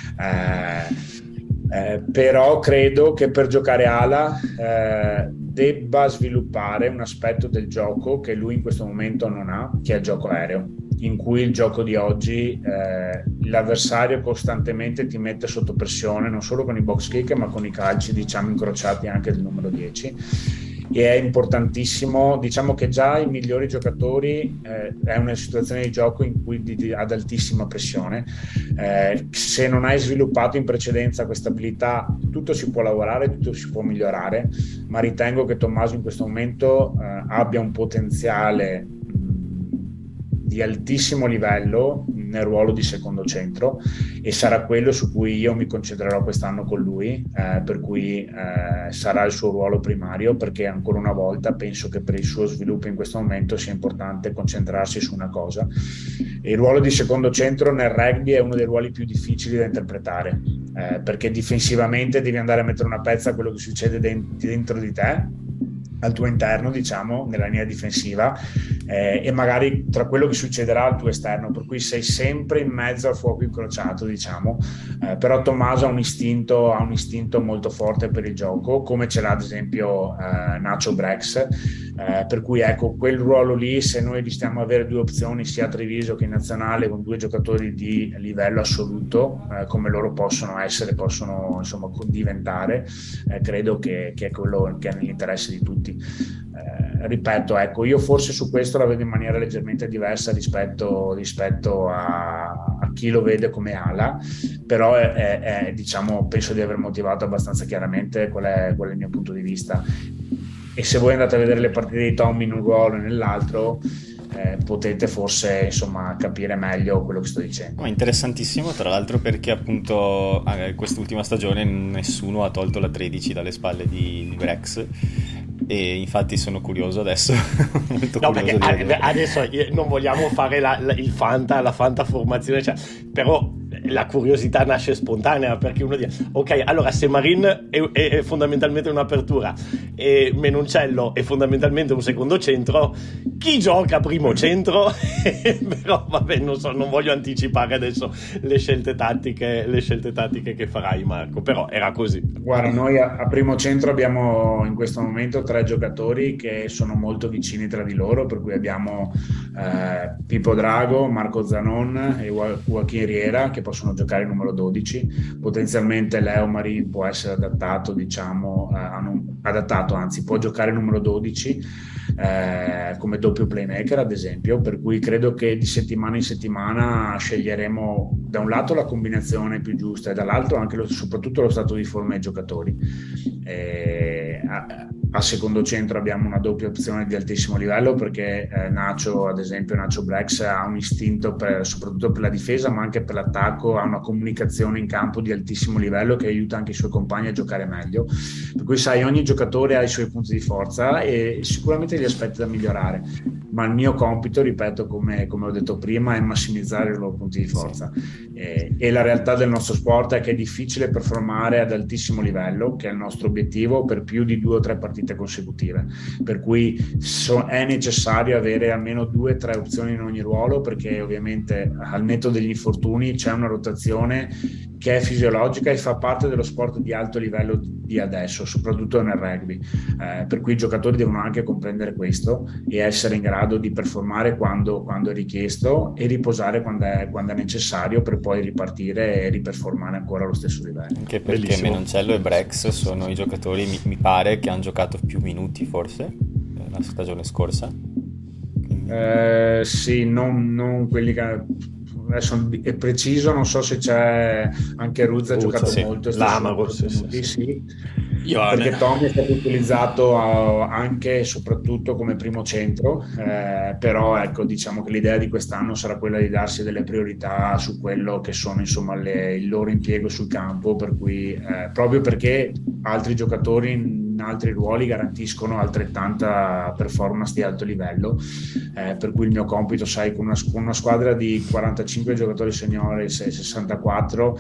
però credo che per giocare ala debba sviluppare un aspetto del gioco che lui in questo momento non ha, che è il gioco aereo, in cui il gioco di oggi l'avversario costantemente ti mette sotto pressione, non solo con i box kick ma con i calci, diciamo, incrociati anche del numero 10, e è importantissimo. Diciamo che già i migliori giocatori è una situazione di gioco in cui ad altissima pressione, se non hai sviluppato in precedenza questa abilità, tutto si può lavorare, tutto si può migliorare, ma ritengo che Tommaso in questo momento abbia un potenziale di altissimo livello nel ruolo di secondo centro, e sarà quello su cui io mi concentrerò quest'anno con lui, per cui sarà il suo ruolo primario, perché ancora una volta penso che per il suo sviluppo in questo momento sia importante concentrarsi su una cosa. E il ruolo di secondo centro nel rugby è uno dei ruoli più difficili da interpretare, perché difensivamente devi andare a mettere una pezza a quello che succede dentro di te, al tuo interno, diciamo, nella linea difensiva, e magari tra quello che succederà al tuo esterno, per cui sei sempre in mezzo al fuoco incrociato, diciamo. Però Tommaso ha un istinto molto forte per il gioco, come ce l'ha ad esempio Nacho Brex, per cui ecco, quel ruolo lì, se noi rischiamo di avere due opzioni sia a Treviso che in nazionale, con due giocatori di livello assoluto, come loro possono diventare, credo che è quello che è nell'interesse di tutti. ripeto, ecco, io forse su questo la vedo in maniera leggermente diversa rispetto a chi lo vede come ala, però diciamo, penso di aver motivato abbastanza chiaramente qual è il mio punto di vista. E se voi andate a vedere le partite di Tommy in un ruolo e nell'altro, potete forse insomma capire meglio quello che sto dicendo. No, interessantissimo, tra l'altro, perché appunto quest'ultima stagione nessuno ha tolto la 13 dalle spalle di Brex, e infatti sono curioso adesso. Molto curioso adesso non vogliamo fare la fanta formazione, cioè, però la curiosità nasce spontanea, perché uno dice ok, allora se Marin è fondamentalmente un'apertura e Menoncello è fondamentalmente un secondo centro, chi gioca primo centro? Però vabbè, non voglio anticipare adesso le scelte tattiche che farai, Marco, però era così. Guarda, noi a primo centro abbiamo in questo momento 3 giocatori che sono molto vicini tra di loro, per cui abbiamo Pippo Drago, Marco Zanon e Joaquin Riera, che possono giocare il numero 12. Potenzialmente Leo Marin può essere adattato, diciamo, anzi può giocare il numero 12 come doppio playmaker, ad esempio, per cui credo che di settimana in settimana sceglieremo da un lato la combinazione più giusta e dall'altro anche soprattutto lo stato di forma dei giocatori. A secondo centro abbiamo una doppia opzione di altissimo livello, perché Nacho Brex ha un istinto soprattutto per la difesa, ma anche per l'attacco, ha una comunicazione in campo di altissimo livello che aiuta anche i suoi compagni a giocare meglio, per cui sai, ogni giocatore ha i suoi punti di forza e sicuramente gli aspetti da migliorare, ma il mio compito, ripeto, come ho detto prima, è massimizzare i loro punti di forza. E la realtà del nostro sport è che è difficile performare ad altissimo livello, che è il nostro obiettivo, per più di 2 o 3 partite consecutive, per cui è necessario avere almeno 2 o 3 opzioni in ogni ruolo, perché ovviamente al netto degli infortuni c'è una rotazione che è fisiologica e fa parte dello sport di alto livello di adesso, soprattutto nel rugby, per cui i giocatori devono anche comprendere questo e essere in grado di performare quando è richiesto e riposare quando è necessario, per poi ripartire e riperformare ancora allo stesso livello. Anche perché bellissimo. Menoncello e Brex sono i giocatori, mi pare, che hanno giocato più minuti forse la stagione scorsa. Sì, non quelli che adesso è preciso, non so se c'è anche Ruzza, ha giocato sì. molto, sì. Perché Tommy è stato utilizzato anche e soprattutto come primo centro, però ecco, diciamo che l'idea di quest'anno sarà quella di darsi delle priorità su quello che sono insomma il loro impiego sul campo, per cui proprio perché altri giocatori in altri ruoli garantiscono altrettanta performance di alto livello, per cui il mio compito, sai, con una squadra di 45 giocatori seniori, 64,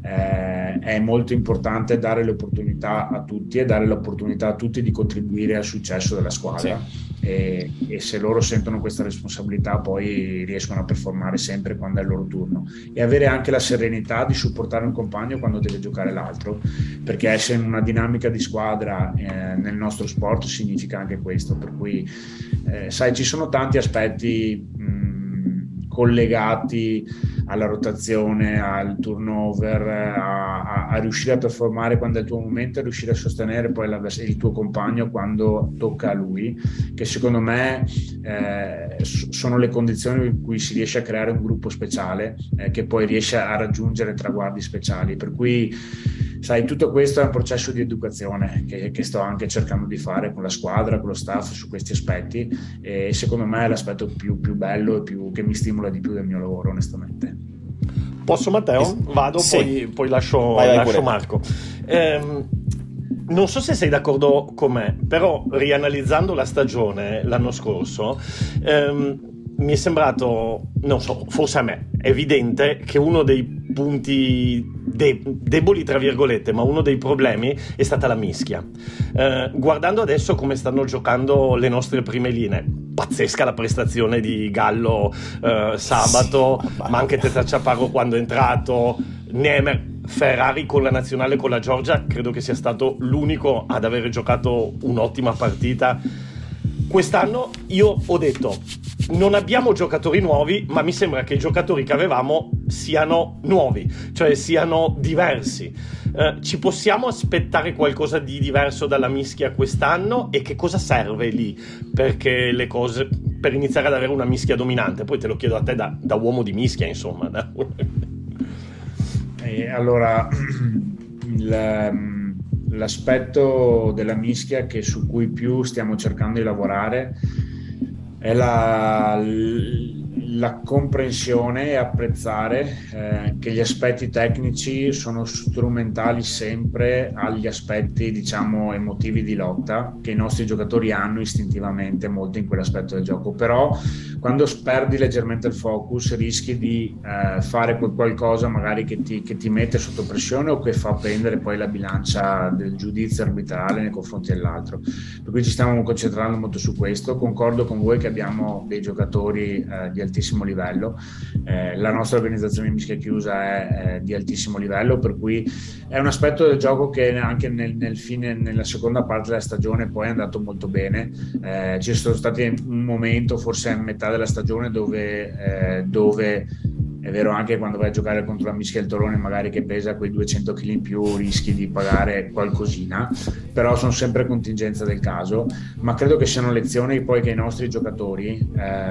è molto importante dare l'opportunità a tutti e dare l'opportunità a tutti di contribuire al successo della squadra, sì. E se loro sentono questa responsabilità poi riescono a performare sempre quando è il loro turno, e avere anche la serenità di supportare un compagno quando deve giocare l'altro, perché essere in una dinamica di squadra nel nostro sport significa anche questo, per cui sai, ci sono tanti aspetti collegati alla rotazione, al turnover, a riuscire a performare quando è il tuo momento e riuscire a sostenere poi il tuo compagno quando tocca a lui, che secondo me sono le condizioni in cui si riesce a creare un gruppo speciale che poi riesce a raggiungere traguardi speciali, per cui sai, tutto questo è un processo di educazione che sto anche cercando di fare con la squadra, con lo staff, su questi aspetti, e secondo me è l'aspetto più bello e che mi stimola di più del mio lavoro, onestamente. Posso, Matteo? Vado, sì. poi lascio Marco. Non so se sei d'accordo con me, però rianalizzando la stagione l'anno scorso, mi è sembrato, non so, forse a me, evidente che uno dei punti deboli, tra virgolette, ma uno dei problemi è stata la mischia. Guardando adesso come stanno giocando le nostre prime linee, pazzesca la prestazione di Gallo sabato, sì, ma anche Teta Chaparro quando è entrato, Nemer, Ferrari con la nazionale, con la Georgia, credo che sia stato l'unico ad aver giocato un'ottima partita. Quest'anno io ho detto non abbiamo giocatori nuovi, ma mi sembra che i giocatori che avevamo siano nuovi, cioè siano diversi. Ci possiamo aspettare qualcosa di diverso dalla mischia quest'anno, e che cosa serve lì perché le cose, per iniziare ad avere una mischia dominante? Poi te lo chiedo a te da uomo di mischia, insomma. Allora, l'aspetto della mischia su cui più stiamo cercando di lavorare è la comprensione e apprezzare che gli aspetti tecnici sono strumentali sempre agli aspetti, diciamo, emotivi di lotta che i nostri giocatori hanno istintivamente molto in quell'aspetto del gioco. Però quando perdi leggermente il focus rischi di fare qualcosa magari che ti mette sotto pressione o che fa pendere poi la bilancia del giudizio arbitrale nei confronti dell'altro. Per cui ci stiamo concentrando molto su questo. Concordo con voi che abbiamo dei giocatori di altissimo livello, la nostra organizzazione in mischia chiusa è di altissimo livello, per cui è un aspetto del gioco che anche nella seconda parte della stagione poi è andato molto bene. Ci sono stati un momento, forse a metà della stagione, dove è vero, anche quando vai a giocare contro la mischia del Torone, magari che pesa quei 200 kg in più, rischi di pagare qualcosina, però sono sempre contingenza del caso. Ma credo che siano lezioni poi che i nostri giocatori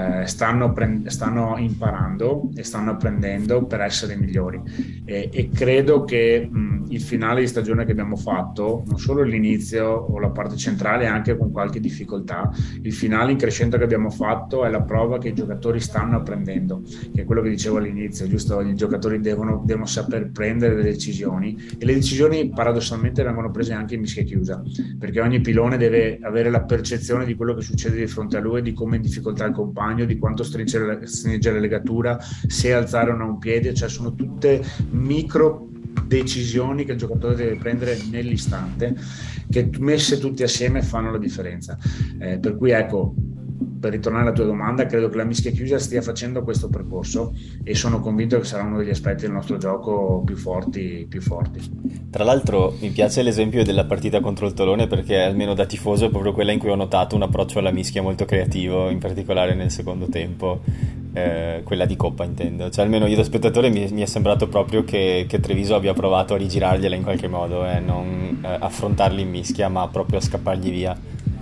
stanno imparando e stanno apprendendo per essere migliori, e credo che il finale di stagione che abbiamo fatto, non solo l'inizio o la parte centrale, anche con qualche difficoltà, il finale in crescendo che abbiamo fatto è la prova che i giocatori stanno apprendendo, che è quello che dicevo all'inizio, giusto? I giocatori devono saper prendere delle decisioni, e le decisioni paradossalmente vengono prese anche in mischia chiusa, perché ogni pilone deve avere la percezione di quello che succede di fronte a lui, di come è in difficoltà il compagno, di quanto stringere la legatura, se alzare o no un piede. Cioè sono tutte micro decisioni che il giocatore deve prendere nell'istante, che messe tutte assieme fanno la differenza. Per cui ecco, per ritornare alla tua domanda, credo che la mischia chiusa stia facendo questo percorso, e sono convinto che sarà uno degli aspetti del nostro gioco più forti. Tra l'altro mi piace l'esempio della partita contro il Tolone, perché almeno da tifoso è proprio quella in cui ho notato un approccio alla mischia molto creativo, in particolare nel secondo tempo, quella di Coppa intendo. Cioè almeno io da spettatore mi è sembrato proprio che Treviso abbia provato a rigirargliela in qualche modo, non affrontarli in mischia, ma proprio a scappargli via.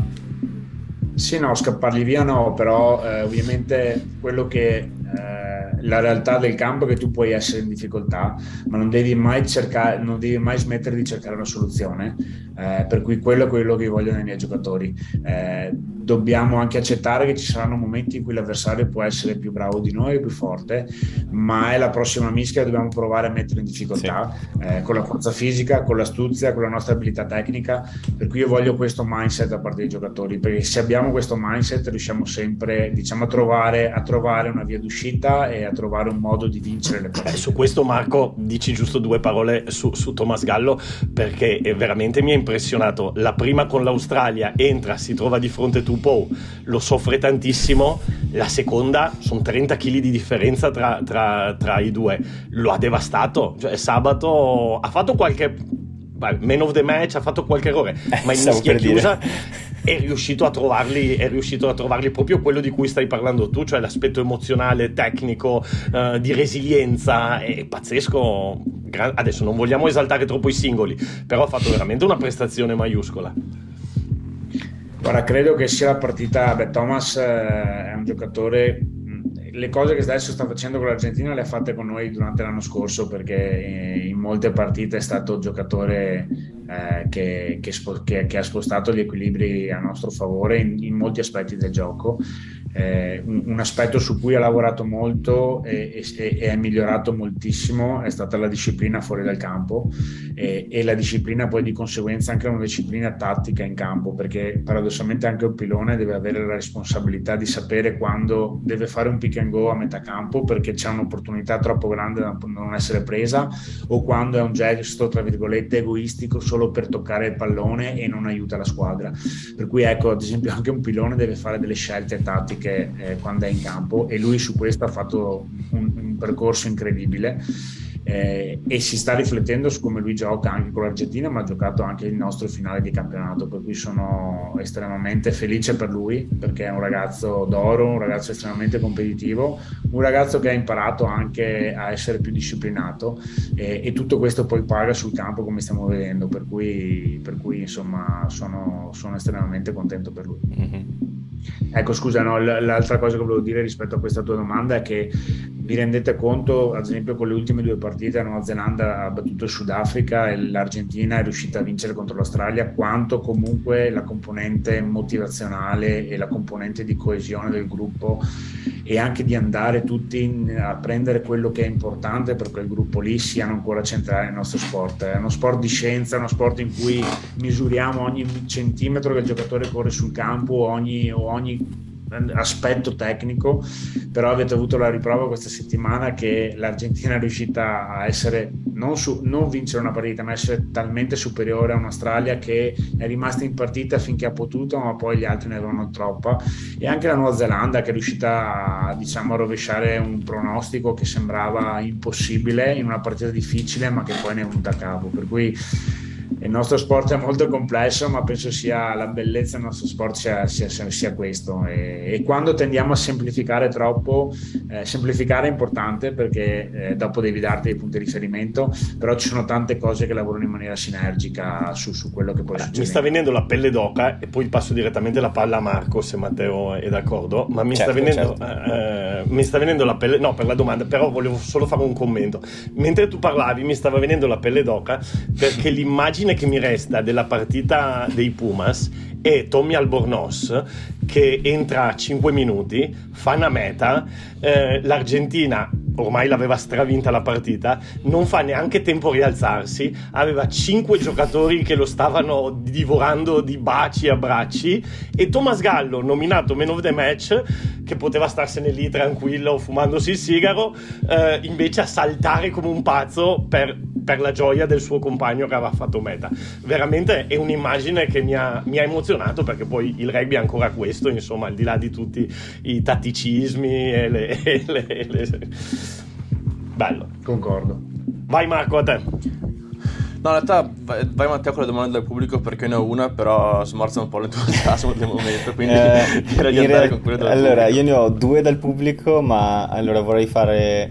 Sì, no, scappargli via no, però ovviamente quello che la realtà del campo è che tu puoi essere in difficoltà, ma non devi mai smettere di cercare una soluzione, per cui quello è quello che vogliono i miei giocatori. Dobbiamo anche accettare che ci saranno momenti in cui l'avversario può essere più bravo di noi, più forte, ma è la prossima mischia che dobbiamo provare a mettere in difficoltà, sì. Con la forza fisica, con l'astuzia, con la nostra abilità tecnica. Per cui io voglio questo mindset da parte dei giocatori, perché se abbiamo questo mindset riusciamo sempre, diciamo, a trovare una via d'uscita e a trovare un modo di vincere le partite. Su questo, Marco, dici giusto due parole su Thomas Gallo, perché veramente mi ha impressionato. La prima con l'Australia, entra, si trova di fronte Tupou, lo soffre tantissimo. La seconda sono 30 kg di differenza tra i due, lo ha devastato. Cioè, sabato ha fatto qualche man of the match, ha fatto qualche errore, ma in mischia chiusa è riuscito a trovarli proprio quello di cui stai parlando tu, cioè l'aspetto emozionale, tecnico, di resilienza. È pazzesco. Adesso non vogliamo esaltare troppo i singoli, però ha fatto veramente una prestazione maiuscola. Guarda, credo che sia la partita. Thomas è un giocatore, le cose che adesso sta facendo con l'Argentina le ha fatte con noi durante l'anno scorso, perché in molte partite è stato il giocatore che ha spostato gli equilibri a nostro favore in molti aspetti del gioco. Un aspetto su cui ha lavorato molto e è migliorato moltissimo è stata la disciplina fuori dal campo, e la disciplina poi di conseguenza anche una disciplina tattica in campo, perché paradossalmente anche un pilone deve avere la responsabilità di sapere quando deve fare un pick and go a metà campo perché c'è un'opportunità troppo grande da non essere presa, o quando è un gesto tra virgolette egoistico solo per toccare il pallone e non aiuta la squadra. Per cui ecco, ad esempio anche un pilone deve fare delle scelte tattiche quando è in campo, e lui su questo ha fatto un percorso incredibile. e si sta riflettendo su come lui gioca anche con l'Argentina, ma ha giocato anche il nostro finale di campionato, per cui sono estremamente felice per lui, perché è un ragazzo d'oro, un ragazzo estremamente competitivo, un ragazzo che ha imparato anche a essere più disciplinato, e tutto questo poi paga sul campo, come stiamo vedendo, per cui insomma sono estremamente contento per lui. Mm-hmm. Ecco, scusa, no, l'altra cosa che volevo dire rispetto a questa tua domanda è che vi rendete conto, ad esempio, con le ultime 2 partite, la Nuova Zelanda ha battuto il Sudafrica e l'Argentina è riuscita a vincere contro l'Australia, quanto comunque la componente motivazionale e la componente di coesione del gruppo, e anche di andare tutti a prendere quello che è importante per quel gruppo lì, siano ancora centrali nel nostro sport. È uno sport di scienza, è uno sport in cui misuriamo ogni centimetro che il giocatore corre sul campo, ogni aspetto tecnico, però avete avuto la riprova questa settimana che l'Argentina è riuscita a essere non vincere una partita, ma essere talmente superiore a un'Australia che è rimasta in partita finché ha potuto, ma poi gli altri ne avevano troppa, e anche la Nuova Zelanda che è riuscita a rovesciare un pronostico che sembrava impossibile in una partita difficile, ma che poi ne è venuta a capo. Per cui il nostro sport è molto complesso, ma penso sia la bellezza del nostro sport sia questo, e quando tendiamo a semplificare troppo, semplificare è importante perché dopo devi darti dei punti di riferimento, però ci sono tante cose che lavorano in maniera sinergica su quello che poi succede. Mi sta venendo la pelle d'oca, e poi passo direttamente la palla a Marco se Matteo è d'accordo, ma mi sta venendo la pelle, no, per la domanda, però volevo solo fare un commento. Mentre tu parlavi mi stava venendo la pelle d'oca, perché l'immagine che mi resta della partita dei Pumas è Tommy Albornoz che entra a 5 minuti, fa una meta, l'Argentina ormai l'aveva stravinta la partita, non fa neanche tempo a rialzarsi, aveva 5 giocatori che lo stavano divorando di baci e abbracci, e Thomas Gallo, nominato man of the match, che poteva starsene lì tranquillo fumandosi il sigaro, invece a saltare come un pazzo per la gioia del suo compagno che aveva fatto meta. Veramente è un'immagine che mi ha emozionato, perché poi il rugby è ancora questo, insomma, al di là di tutti i tatticismi e le... Bello. Concordo. Vai Marco, a te. No, in realtà vai Matteo con le domande del pubblico, perché ne ho una, però smorza un po' l'entusiasmo del momento, quindi direi di andare con quelle del pubblico. Allora, io ne ho 2 dal pubblico, ma allora vorrei fare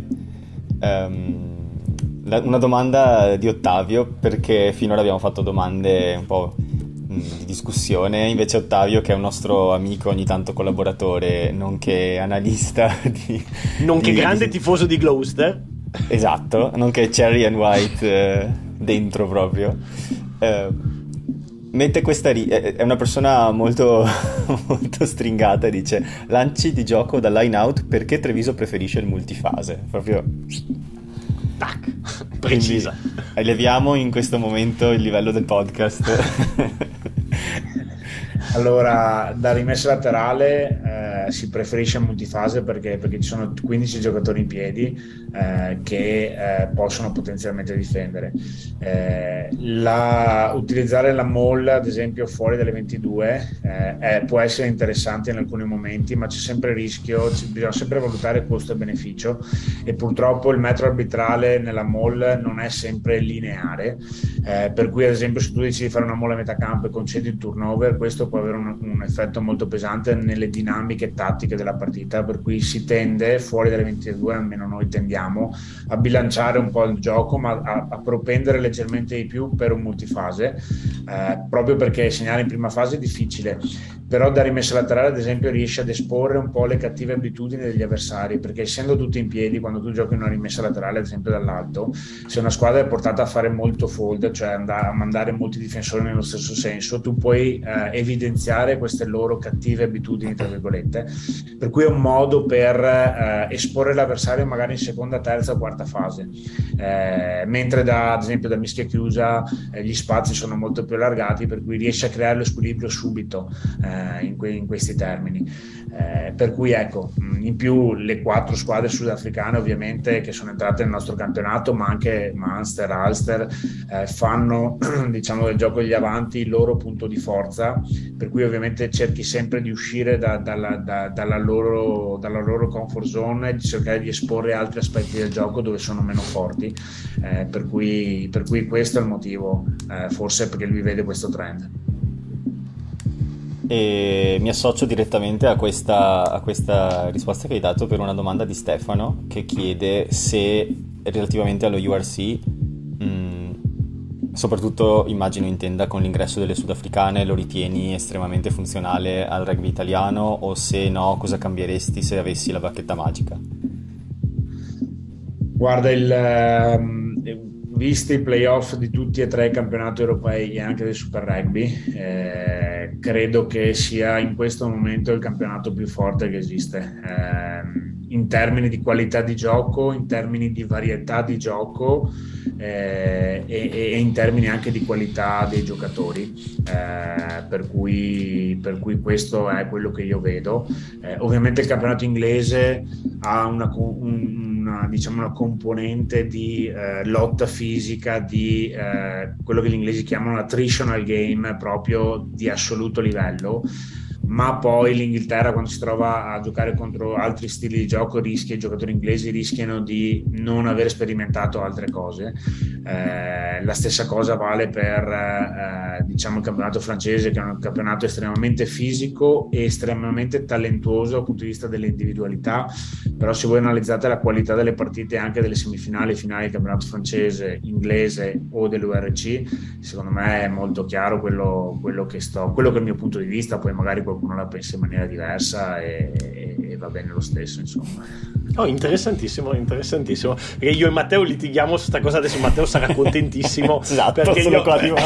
una domanda di Ottavio, perché finora abbiamo fatto domande un po' di discussione, invece Ottavio, che è un nostro amico, ogni tanto collaboratore, nonché analista nonché grande tifoso di Gloucester, esatto, nonché Cherry and White dentro proprio, mette questa è una persona molto molto stringata, dice: lanci di gioco da line out, perché Treviso preferisce il multifase, proprio tac, precisa. Quindi eleviamo in questo momento il livello del podcast. Allora, da rimessa laterale si preferisce multifase perché ci sono 15 giocatori in piedi che possono potenzialmente difendere. Utilizzare la mall, ad esempio, fuori dalle 22 può essere interessante in alcuni momenti, ma c'è sempre il rischio, bisogna sempre valutare costo e beneficio, e purtroppo il metro arbitrale nella mall non è sempre lineare, per cui ad esempio se tu decidi di fare una mall a metà campo e concedi il turnover, questo può avere un effetto molto pesante nelle dinamiche tattiche della partita, per cui si tende fuori dalle 22, almeno noi tendiamo a bilanciare un po' il gioco, ma a propendere leggermente di più per un multifase, proprio perché segnare in prima fase è difficile, però da rimessa laterale ad esempio riesce ad esporre un po' le cattive abitudini degli avversari, perché essendo tutti in piedi, quando tu giochi in una rimessa laterale ad esempio dall'alto, se una squadra è portata a fare molto fold, cioè a mandare molti difensori nello stesso senso, tu puoi evidenziare queste loro cattive abitudini, tra virgolette, per cui è un modo per esporre l'avversario magari in seconda, terza o quarta fase, mentre ad esempio da mischia chiusa gli spazi sono molto più allargati, per cui riesce a creare lo squilibrio subito in questi termini, per cui ecco, in più le 4 squadre sudafricane ovviamente che sono entrate nel nostro campionato, ma anche Munster, Ulster, fanno diciamo del gioco degli avanti il loro punto di forza, per cui ovviamente cerchi sempre di uscire da dalla loro comfort zone e di cercare di esporre altri aspetti del gioco dove sono meno forti, per cui questo è il motivo, forse perché lui vede questo trend. E mi associo direttamente a questa risposta che hai dato per una domanda di Stefano, che chiede se relativamente allo URC, soprattutto immagino intenda con l'ingresso delle sudafricane, lo ritieni estremamente funzionale al rugby italiano, o se no cosa cambieresti se avessi la bacchetta magica? Guarda, visti i playoff di tutti e tre i campionati europei e anche del Super Rugby, credo che sia in questo momento il campionato più forte che esiste, in termini di qualità di gioco, in termini di varietà di gioco, e in termini anche di qualità dei giocatori, per cui questo è quello che io vedo. Ovviamente il campionato inglese ha una componente di lotta fisica, di quello che gli inglesi chiamano attritional game, proprio di assoluto livello, ma poi l'Inghilterra, quando si trova a giocare contro altri stili di gioco, i giocatori inglesi rischiano di non aver sperimentato altre cose. La stessa cosa vale per il campionato francese, che è un campionato estremamente fisico e estremamente talentuoso dal punto di vista delle individualità, però se voi analizzate la qualità delle partite anche delle semifinali e finali del campionato francese, inglese o dell'URC, secondo me è molto chiaro quello che è il mio punto di vista. Poi magari qualcuno la pensa in maniera diversa e va bene lo stesso, insomma. Oh, interessantissimo, perché io e Matteo litighiamo su sta cosa, adesso Matteo sarà contentissimo. Esatto, perché sono qua di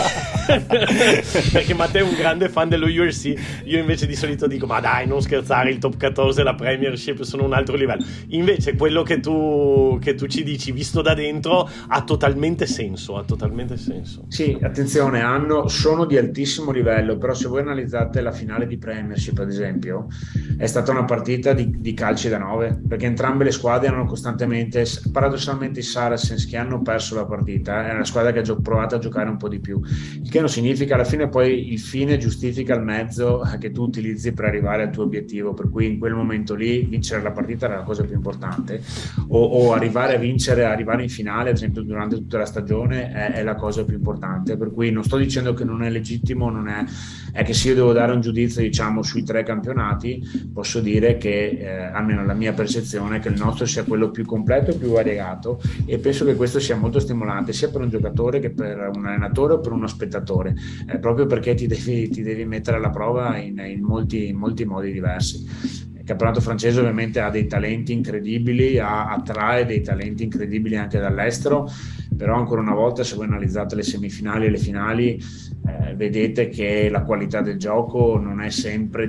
perché Matteo è un grande fan dello URC, io invece di solito dico ma dai, non scherzare, il top 14 e la Premiership sono un altro livello. Invece quello che tu ci dici visto da dentro ha totalmente senso. Sì, attenzione, sono di altissimo livello, però se voi analizzate la finale di Premiership, ad esempio, è stata una partita di calci da 9, perché entrambe le squadre erano costantemente, paradossalmente i Saracens, che hanno perso la partita, è una squadra che ha provato a giocare un po' di più, il che non significa, alla fine poi il fine giustifica il mezzo che tu utilizzi per arrivare al tuo obiettivo, per cui in quel momento lì vincere la partita era la cosa più importante, o arrivare in finale, ad esempio durante tutta la stagione, è la cosa più importante. Per cui non sto dicendo che non è legittimo, è che se io devo dare un giudizio sui tre campionati, posso dire che almeno la mia percezione è che il nostro sia quello più completo e più variegato, e penso che questo sia molto stimolante sia per un giocatore che per un allenatore o per uno spettatore, proprio perché ti devi mettere alla prova in molti modi diversi. Il campionato francese ovviamente ha dei talenti incredibili, attrae dei talenti incredibili anche dall'estero, però ancora una volta, se voi analizzate le semifinali e le finali, vedete che la qualità del gioco non è sempre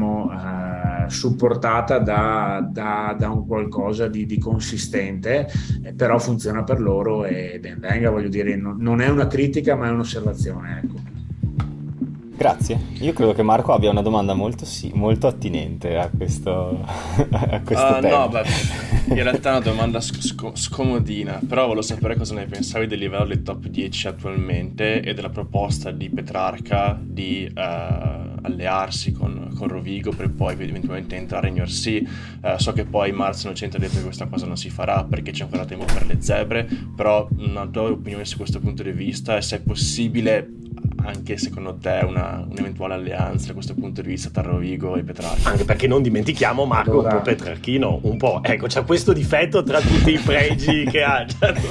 supportata da un qualcosa di consistente, però funziona per loro e ben venga, voglio dire, non è una critica ma è un'osservazione, ecco. Grazie. Io credo che Marco abbia una domanda molto attinente a questo tema. No, in realtà è una domanda scomodina, però volevo sapere cosa ne pensavi del livello dei top 10 attualmente e della proposta di Petrarca di allearsi con Rovigo per poi eventualmente entrare in URC. So che poi Marz Innocenti ha detto che questa cosa non si farà perché c'è ancora tempo per le zebre, però una tua opinione su questo punto di vista, e se è possibile anche secondo te un'eventuale alleanza da questo punto di vista tra Rovigo e Petrarca? Anche perché non dimentichiamo Marco, allora, un po' petrarchino, un po', ecco, c'ha questo difetto tra tutti i pregi che ha.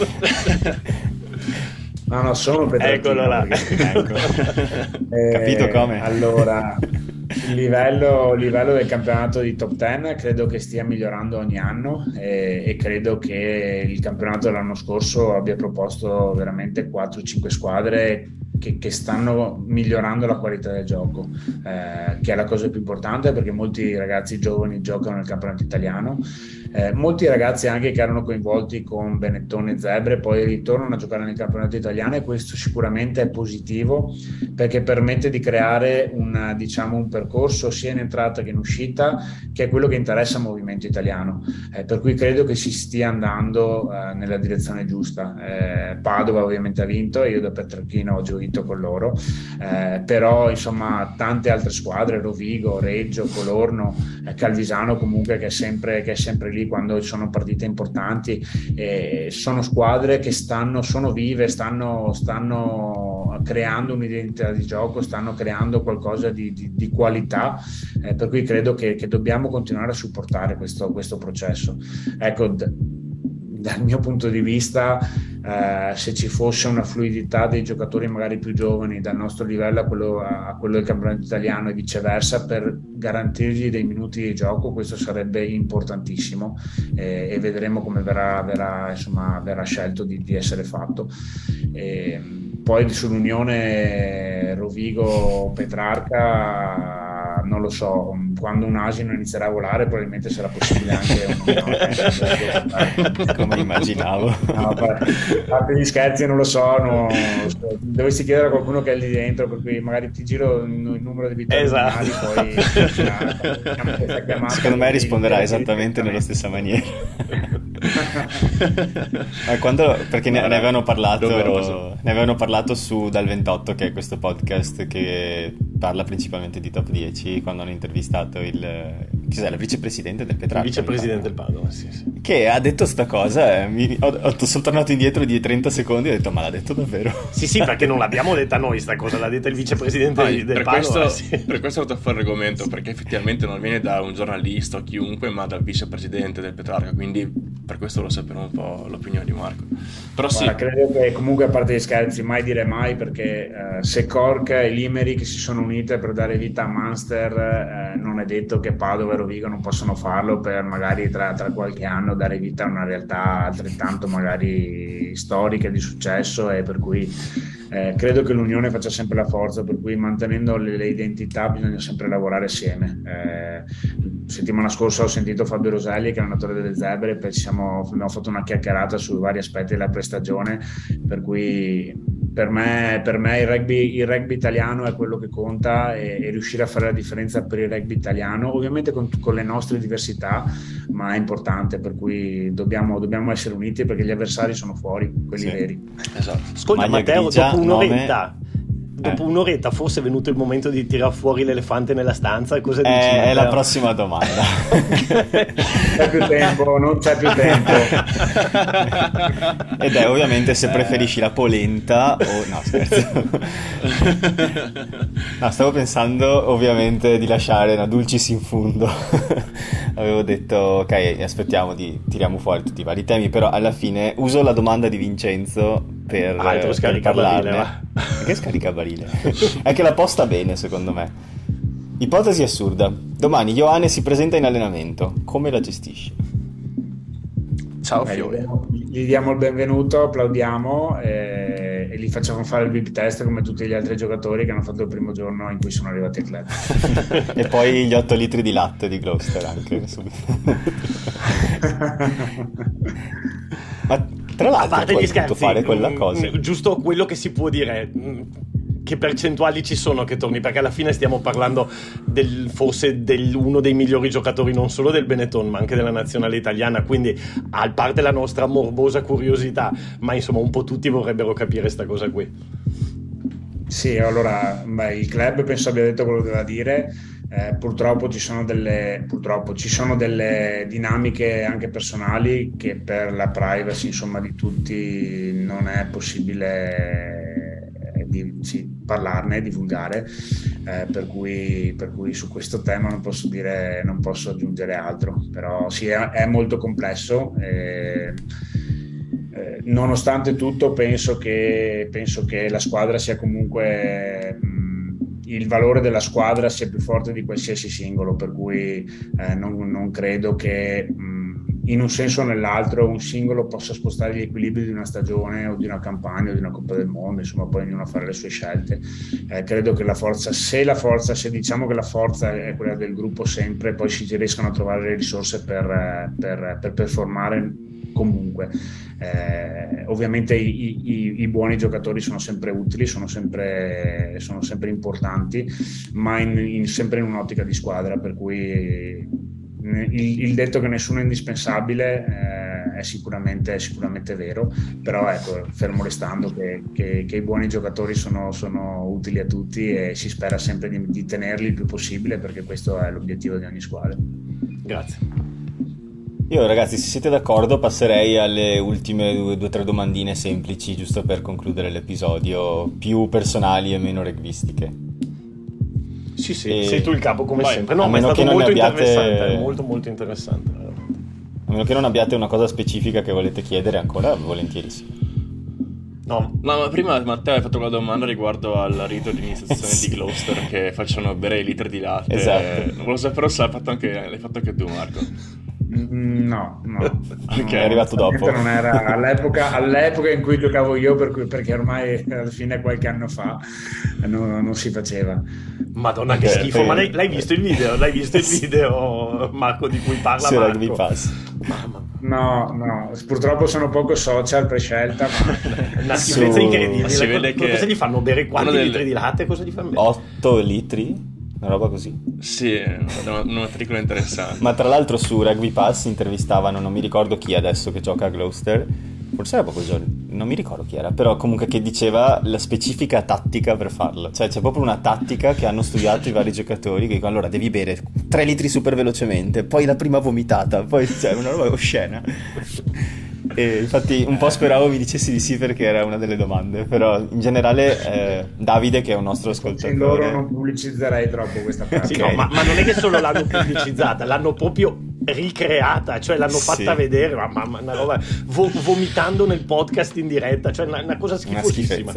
No, sono petrarchino. Eccolo là. Ecco. Capito come? Allora, il livello del campionato di top 10 credo che stia migliorando ogni anno, e credo che il campionato dell'anno scorso abbia proposto veramente 4-5 squadre che stanno migliorando la qualità del gioco, che è la cosa più importante, perché molti ragazzi giovani giocano nel campionato italiano, molti ragazzi anche che erano coinvolti con Benetton e Zebre poi ritornano a giocare nel campionato italiano, e questo sicuramente è positivo perché permette di creare un percorso sia in entrata che in uscita, che è quello che interessa al movimento italiano, per cui credo che si stia andando nella direzione giusta. Padova ovviamente ha vinto e io da Petrarchino ho gioito con loro, però insomma tante altre squadre, Rovigo, Reggio, Colorno, Calvisano comunque che è sempre lì quando ci sono partite importanti, sono squadre che sono vive, stanno creando un'identità di gioco, stanno creando qualcosa di qualità, per cui credo che dobbiamo continuare a supportare questo processo. Ecco, dal mio punto di vista, se ci fosse una fluidità dei giocatori magari più giovani dal nostro livello a quello del campionato italiano e viceversa, per garantirgli dei minuti di gioco, questo sarebbe importantissimo, e vedremo come verrà scelto di essere fatto. Poi sull'Unione Rovigo-Petrarca non lo so, quando un asino inizierà a volare probabilmente sarà possibile anche come immaginavo. No, a parte gli scherzi, non lo so, dovessi chiedere a qualcuno che è lì dentro, per cui magari ti giro il numero di vittorie, esatto. poi secondo me risponderà esattamente nella stessa maniera. Perché ne avevano parlato su Dal 28, che è questo podcast che parla principalmente di top 10, quando hanno intervistato il vicepresidente del Petrarca, il vicepresidente del Padova, sì. Che ha detto sta cosa, sono tornato indietro di 30 secondi e ho detto: ma l'ha detto davvero? Sì, perché non l'abbiamo detta noi sta cosa, l'ha detta il vicepresidente del Padova. Per questo ho dato fuori l'argomento, perché effettivamente non viene da un giornalista o chiunque, ma dal vicepresidente del Petrarca, quindi per questo lo sappiamo un po' l'opinione di Marco. Però guarda, credo che comunque, a parte gli scherzi, mai dire mai, perché se Cork e Limerick si sono unite per dare vita a Munster, non è detto che Padova e Rovigo non possono farlo per magari tra qualche anno dare vita a una realtà altrettanto magari storica, di successo, e per cui credo che l'unione faccia sempre la forza, per cui mantenendo le identità bisogna sempre lavorare assieme. Settimana scorsa ho sentito Fabio Roselli, che è allenatore delle Zebre, e abbiamo fatto una chiacchierata su vari aspetti della prestagione, per cui per me il rugby italiano è quello che conta, e riuscire a fare la differenza per il rugby italiano, ovviamente con le nostre diversità, ma è importante, per cui dobbiamo essere uniti, perché gli avversari sono fuori, quelli veri. Esatto. Ascolta Matteo, dopo un'oretta forse è venuto il momento di tirar fuori l'elefante nella stanza. Cosa dici, Matteo? È la prossima domanda. Non c'è più tempo. Ed è ovviamente se preferisci la polenta o... No, scherzo. No, stavo pensando ovviamente di lasciare una dulcis in fundo. Avevo detto ok, tiriamo fuori tutti i vari temi, però alla fine uso la domanda di Vincenzo per parlarne. Che scaricabarile? È che la posta bene, secondo me. Ipotesi assurda: domani Ioane si presenta in allenamento, come la gestisci? Ciao Fiore. Gli diamo il benvenuto, applaudiamo e gli facciamo fare il VIP test come tutti gli altri giocatori che hanno fatto il primo giorno in cui sono arrivati al club. E poi gli 8 litri di latte di Gloucester anche subito. Ma tra l'altro, a parte gli scherzi, fare quella cosa. Giusto quello che si può dire, che percentuali ci sono che torni, perché alla fine stiamo parlando forse uno dei migliori giocatori non solo del Benetton ma anche della nazionale italiana, quindi a parte la nostra morbosa curiosità, ma insomma un po' tutti vorrebbero capire sta cosa qui. Sì, allora il club penso abbia detto quello che doveva dire. Purtroppo ci sono delle dinamiche anche personali che per la privacy insomma di tutti non è possibile parlarne, divulgare, per cui su questo tema non posso aggiungere altro, però sì, è molto complesso. Nonostante tutto penso che la squadra sia comunque il valore della squadra sia più forte di qualsiasi singolo, per cui non credo che in un senso o nell'altro un singolo possa spostare gli equilibri di una stagione o di una campagna o di una Coppa del Mondo, insomma poi ognuno a fare le sue scelte. Credo che se diciamo che la forza è quella del gruppo sempre, poi si riescono a trovare le risorse per performare comunque. Ovviamente i buoni giocatori sono sempre utili, sono sempre importanti, ma sempre in un'ottica di squadra, per cui il detto che nessuno è indispensabile è sicuramente vero, però ecco, fermo restando che i buoni giocatori sono utili a tutti e si spera sempre di tenerli il più possibile, perché questo è l'obiettivo di ogni squadra. Grazie. Io ragazzi, se siete d'accordo, passerei alle ultime due o tre domandine semplici, giusto per concludere l'episodio, più personali e meno rugbyistiche. Sì, sei tu il capo come sempre. No, a ma è meno stato che non molto abbiate... interessante, molto molto interessante. A meno che non abbiate una cosa specifica che volete chiedere, ancora volentierissimo. No, ma prima Matteo hai fatto una domanda riguardo al rito di iniziazione di Gloucester, che facciano bere i litri di latte. Esatto. Non lo so, però l'hai fatto anche tu, Marco. No. Che è arrivato dopo. Non era all'epoca in cui giocavo io, perché ormai alla fine qualche anno fa non si faceva. Madonna, che schifo. Ma l'hai visto il video? L'hai visto il video, Marco, di cui parla Sì, Marco? Rugby Pass. Mamma. No, purtroppo sono poco social prescelta, ma una schifezza incredibile. Si vede che cosa gli fanno bere? Quanti litri di latte? Cosa gli fanno bere? 8 litri? Una roba così? Sì, una matricola interessante. Ma tra l'altro su Rugby Pass intervistavano, non mi ricordo chi adesso che gioca a Gloucester, forse era poco giorno, non mi ricordo chi era, però comunque che diceva la specifica tattica per farlo. Cioè c'è proprio una tattica che hanno studiato i vari giocatori, che dicono allora devi bere 3 litri super velocemente, poi la prima vomitata, poi c'è una roba oscena. E infatti un po' speravo mi dicessi di sì, perché era una delle domande, però in generale Davide, che è un nostro ascoltatore, loro non pubblicizzerei troppo questa parte. Sì, no, ma non è che solo l'hanno pubblicizzata, l'hanno proprio ricreata, cioè l'hanno fatta vedere, ma una roba, vomitando nel podcast in diretta, cioè una cosa schifosissima.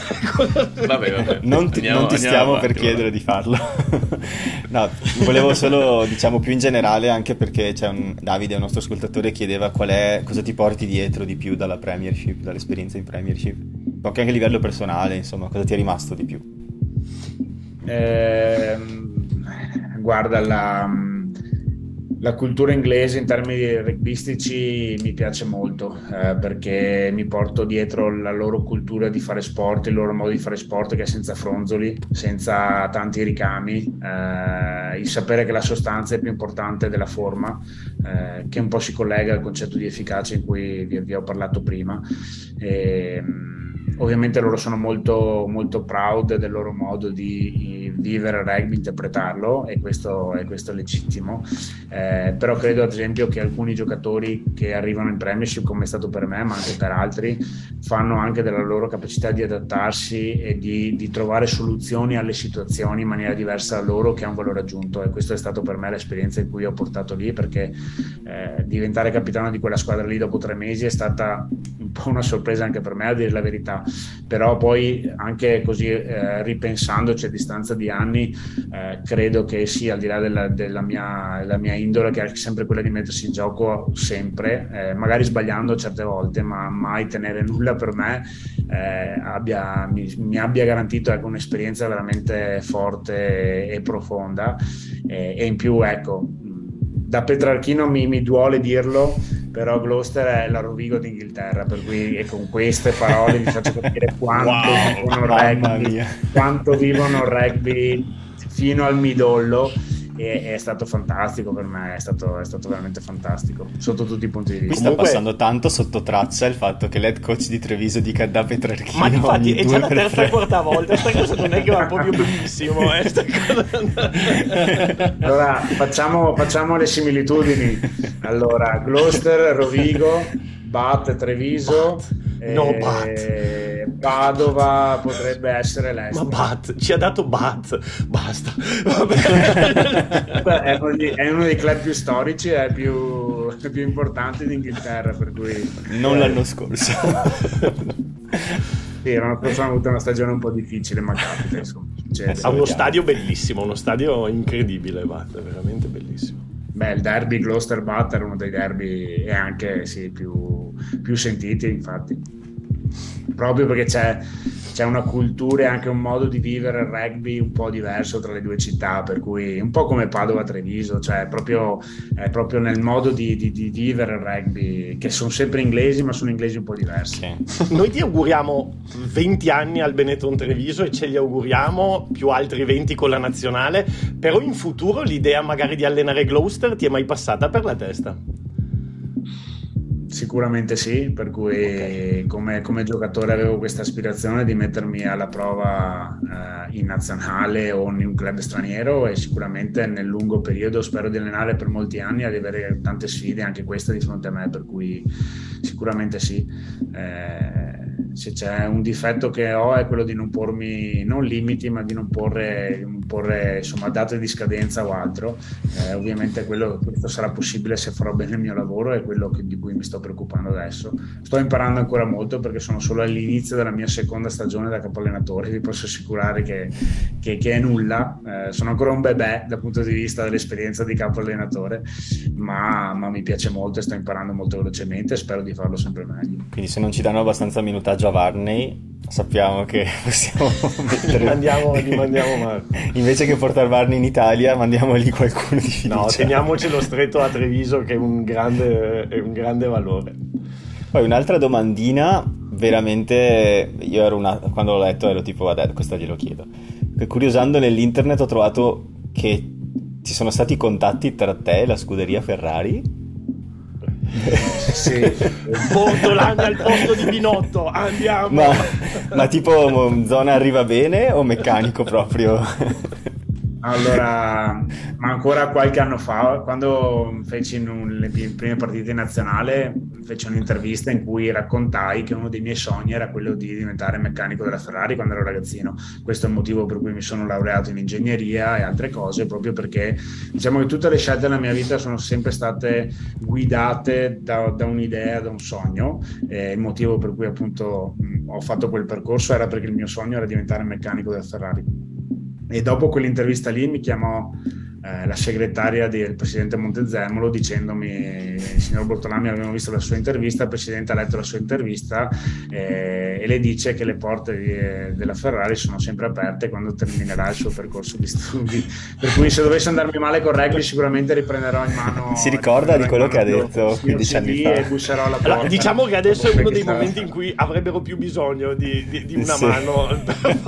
Vabbè. Non ti stiamo per chiedere di farlo. No, volevo solo, diciamo, più in generale, anche perché Davide, un nostro ascoltatore, chiedeva cosa ti porti dietro di più dalla Premiership, dall'esperienza in Premiership, anche a livello personale, insomma, cosa ti è rimasto di più? Guarda, la cultura inglese in termini rugbyistici mi piace molto, perché mi porto dietro la loro cultura di fare sport, il loro modo di fare sport, che è senza fronzoli, senza tanti ricami, il sapere che la sostanza è più importante della forma, che un po' si collega al concetto di efficacia in cui vi ho parlato prima. Ovviamente loro sono molto, molto proud del loro modo di vivere il rugby, interpretarlo, e questo è legittimo, però credo ad esempio che alcuni giocatori che arrivano in Premiership, come è stato per me ma anche per altri, fanno anche della loro capacità di adattarsi e di trovare soluzioni alle situazioni in maniera diversa da loro, che ha un valore aggiunto, e questo è stato per me l'esperienza in cui ho portato lì, perché diventare capitano di quella squadra lì dopo 3 mesi è stata un po' una sorpresa anche per me, a dire la verità. Però poi anche così, ripensandoci a distanza di anni, credo che sì, al di là della mia indole, che è sempre quella di mettersi in gioco sempre, magari sbagliando certe volte, ma mai tenere nulla per me, mi abbia garantito un'esperienza veramente forte e profonda, e in più, ecco, da petrarchino mi duole dirlo, però Gloucester è la Rovigo d'Inghilterra, per cui, e con queste parole vi faccio capire quanto vivono il rugby fino al midollo, e è stato fantastico per me, è stato veramente fantastico sotto tutti i punti di vista. Qui sta passando tanto sotto traccia il fatto che l'head coach di Treviso dica da Petrarchino. Ma infatti è già la terza e quarta volta, questa cosa non è che va proprio benissimo, Allora facciamo le similitudini. Allora, Gloucester, Rovigo, Bath, Treviso, Padova potrebbe essere l'Est. Ma Bath, ci ha dato Bath, basta. È uno dei club più storici e più importanti d'Inghilterra, per cui non l'anno scorso. Sì, l'anno scorso hanno avuto una stagione un po' difficile, ma capita, insomma, ha uno stadio bellissimo, uno stadio incredibile, Bath, veramente bellissimo. Beh, il derby Gloucester-Bath era uno dei derby e anche sì, più sentiti, infatti, proprio perché c'è una cultura e anche un modo di vivere il rugby un po' diverso tra le due città, per cui un po' come Padova-Treviso, cioè è proprio nel modo di vivere il rugby, che sono sempre inglesi, ma sono inglesi un po' diversi. Noi ti auguriamo 20 anni al Benetton Treviso e ce li auguriamo più altri 20 con la nazionale, però in futuro l'idea magari di allenare Gloucester ti è mai passata per la testa? Sicuramente sì, per cui come giocatore avevo questa aspirazione di mettermi alla prova in nazionale o in un club straniero, e sicuramente nel lungo periodo spero di allenare per molti anni e di avere tante sfide, anche questa di fronte a me, per cui sicuramente sì. Se c'è un difetto che ho è quello di non pormi, non limiti, ma di non porre insomma date di scadenza o altro. Ovviamente questo sarà possibile se farò bene il mio lavoro, e quello di cui mi sto preoccupando adesso. Sto imparando ancora molto perché sono solo all'inizio della mia seconda stagione da capo allenatore. Vi posso assicurare che è nulla, sono ancora un bebè dal punto di vista dell'esperienza di capo allenatore, ma mi piace molto e sto imparando molto velocemente e spero di farlo sempre meglio. Quindi se non ci danno abbastanza minutaggio a Varney, sappiamo che possiamo mettere... Gli mandiamo Marco. Invece che portare Varney in Italia, mandiamo lì qualcuno di fiducia. No, teniamocelo stretto a Treviso, che è un grande valore. Poi un'altra domandina, veramente, quando l'ho letto ero tipo, vabbè, questa glielo chiedo. Curiosando nell'internet ho trovato che ci sono stati contatti tra te e la scuderia Ferrari. Sì. Bortolani al posto di Binotto, andiamo. Ma tipo zona arriva bene o meccanico proprio? Allora, ma ancora qualche anno fa, quando feci le prime partite in nazionale, feci un'intervista in cui raccontai che uno dei miei sogni era quello di diventare meccanico della Ferrari quando ero ragazzino. Questo è il motivo per cui mi sono laureato in ingegneria e altre cose, proprio perché diciamo che tutte le scelte della mia vita sono sempre state guidate da un'idea, da un sogno. Il motivo per cui appunto ho fatto quel percorso era perché il mio sogno era diventare meccanico della Ferrari. E dopo quell'intervista lì mi chiamò la segretaria del presidente Montezemolo dicendomi: signor Bortolami, abbiamo visto la sua intervista, il presidente ha letto la sua intervista e le dice che le porte della Ferrari sono sempre aperte quando terminerà il suo percorso di studi, per cui se dovesse andarmi male con rugby sicuramente riprenderò in mano. Si ricorda di quello che ha detto 15 anni fa e busserò alla porta. Allora, diciamo che adesso è uno dei momenti in cui avrebbero più bisogno di una mano per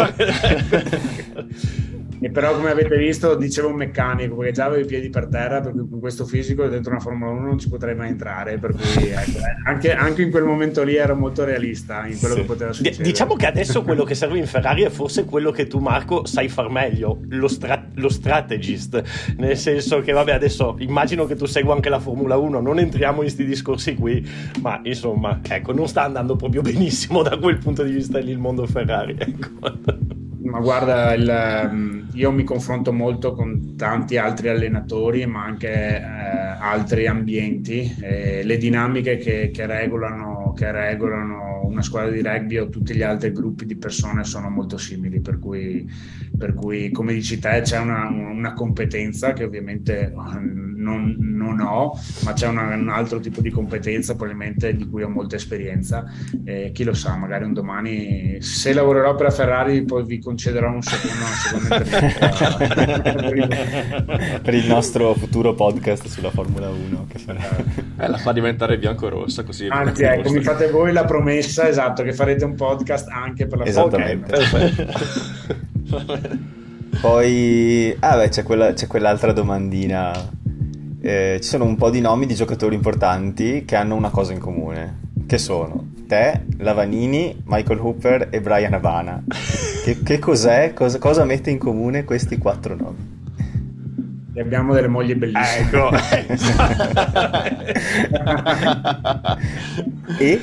fare... E però, come avete visto, dicevo un meccanico perché già avevo i piedi per terra, perché con questo fisico dentro una Formula 1 non ci potrei mai entrare, per cui anche in quel momento lì ero molto realista in quello che poteva succedere. Diciamo che adesso quello che serve in Ferrari è forse quello che tu, Marco, sai far meglio, lo strategist, nel senso che vabbè, adesso immagino che tu segua anche la Formula 1, non entriamo in sti discorsi qui, ma insomma, ecco, non sta andando proprio benissimo da quel punto di vista lì il mondo Ferrari, ecco. Ma guarda, io mi confronto molto con tanti altri allenatori, ma anche altri ambienti, le dinamiche che regolano una squadra di rugby o tutti gli altri gruppi di persone sono molto simili, per cui come dici te c'è una competenza che ovviamente non ho, ma c'è un altro tipo di competenza probabilmente di cui ho molta esperienza, chi lo sa, magari un domani, se lavorerò per la Ferrari, poi vi concederò una seconda intervista per il nostro futuro podcast sulla Formula 1 che la fa diventare bianco-rossa, così. Anzi, ecco, mi fate voi la promessa, esatto, che farete un podcast anche per la esattamente. Okay. Poi c'è quell'altra domandina. Ci sono un po' di nomi di giocatori importanti che hanno una cosa in comune, che sono te, Lavanini, Michael Hooper e Brian Habana. Che cos'è? Cosa mette in comune questi 4 nomi? E abbiamo delle mogli bellissime. Ecco. E?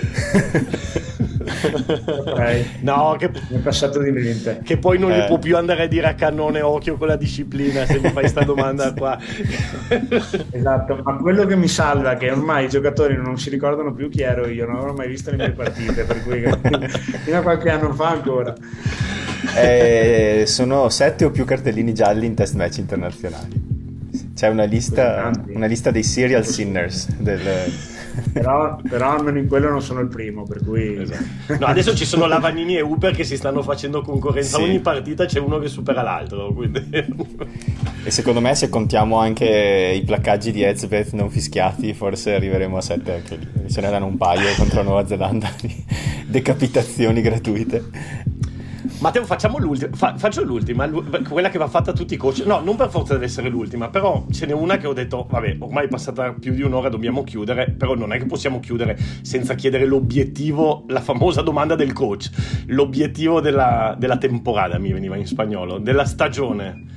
Okay. No, che mi è passato di mente. Che poi non gli può più andare a dire a cannone occhio con la disciplina se mi fai sta domanda qua. Esatto, ma quello che mi salva è che ormai i giocatori non si ricordano più chi ero io, non avevo mai visto le mie partite, per cui fino a qualche anno fa ancora. Sono 7 o più cartellini gialli in test match internazionali. C'è una lista dei serial sinners però almeno in quello non sono il primo, per cui esatto. No, adesso ci sono Lavanini e Uber che si stanno facendo concorrenza. Sì. Ogni partita c'è uno che supera l'altro, quindi... E secondo me, se contiamo anche i placcaggi di Etzbeth non fischiati, forse arriveremo a 7 anche lì. Ce n'erano un paio contro Nuova Zelanda di decapitazioni gratuite. Matteo, facciamo l'ultima. Faccio l'ultima, quella che va fatta a tutti i coach. No, non per forza deve essere l'ultima, però ce n'è una che ho detto, vabbè, ormai è passata più di un'ora, dobbiamo chiudere, però non è che possiamo chiudere senza chiedere l'obiettivo, la famosa domanda del coach, l'obiettivo della temporada, mi veniva in spagnolo, della stagione.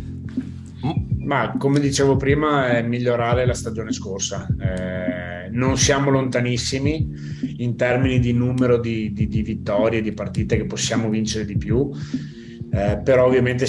Ma come dicevo prima, è migliorare la stagione scorsa. Non siamo lontanissimi in termini di numero di vittorie, di partite che possiamo vincere di più, però ovviamente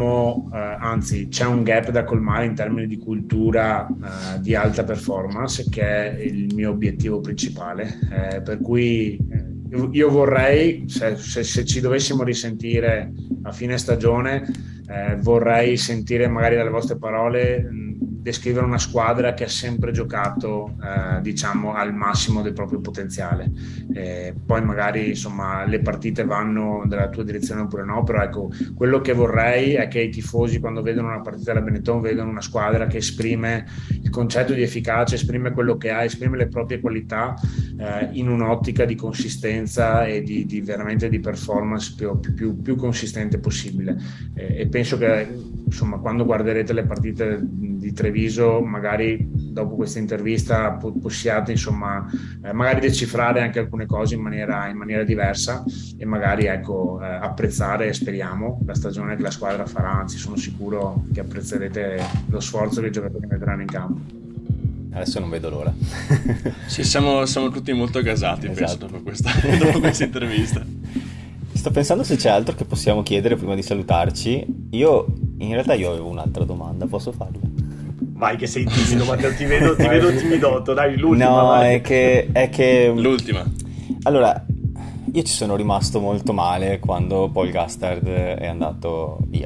anzi c'è un gap da colmare in termini di cultura di alta performance, che è il mio obiettivo principale, per cui io vorrei, se ci dovessimo risentire a fine stagione, vorrei sentire magari dalle vostre parole descrivere una squadra che ha sempre giocato diciamo al massimo del proprio potenziale. Poi magari insomma le partite vanno nella tua direzione oppure no, però ecco, quello che vorrei è che i tifosi, quando vedono una partita della Benetton, vedono una squadra che esprime il concetto di efficacia, esprime quello che ha, esprime le proprie qualità in un'ottica di consistenza e di veramente di performance più consistente possibile. E penso che insomma quando guarderete le partite di Treviso, magari dopo questa intervista possiate insomma magari decifrare anche alcune cose in maniera diversa e magari ecco apprezzare, speriamo, la stagione che la squadra farà. Anzi, sono sicuro che apprezzerete lo sforzo che i giocatori metteranno in campo. Adesso non vedo l'ora. Sì, siamo tutti molto gasati, esatto. Penso, dopo questa intervista. Sto pensando se c'è altro che possiamo chiedere prima di salutarci. In realtà io avevo un'altra domanda, posso farla? Vai che sei timido, Matteo, ti vedo timidotto, dai, l'ultima. No, vai. è che... L'ultima. Allora, io ci sono rimasto molto male quando Paul Gastard è andato via.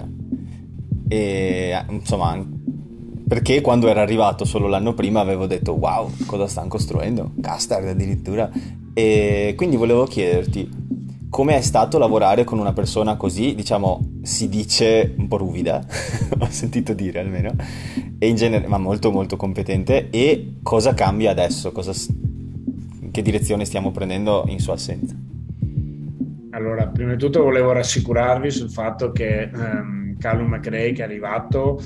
E insomma, perché quando era arrivato solo l'anno prima avevo detto wow, cosa stanno costruendo? Gastard addirittura. E quindi volevo chiederti come è stato lavorare con una persona così, diciamo, si dice un po' ruvida, ho sentito dire almeno, e in genere, ma molto molto competente, e cosa cambia adesso, che direzione stiamo prendendo in sua assenza? Allora, prima di tutto volevo rassicurarvi sul fatto che Callum McRae, che è arrivato,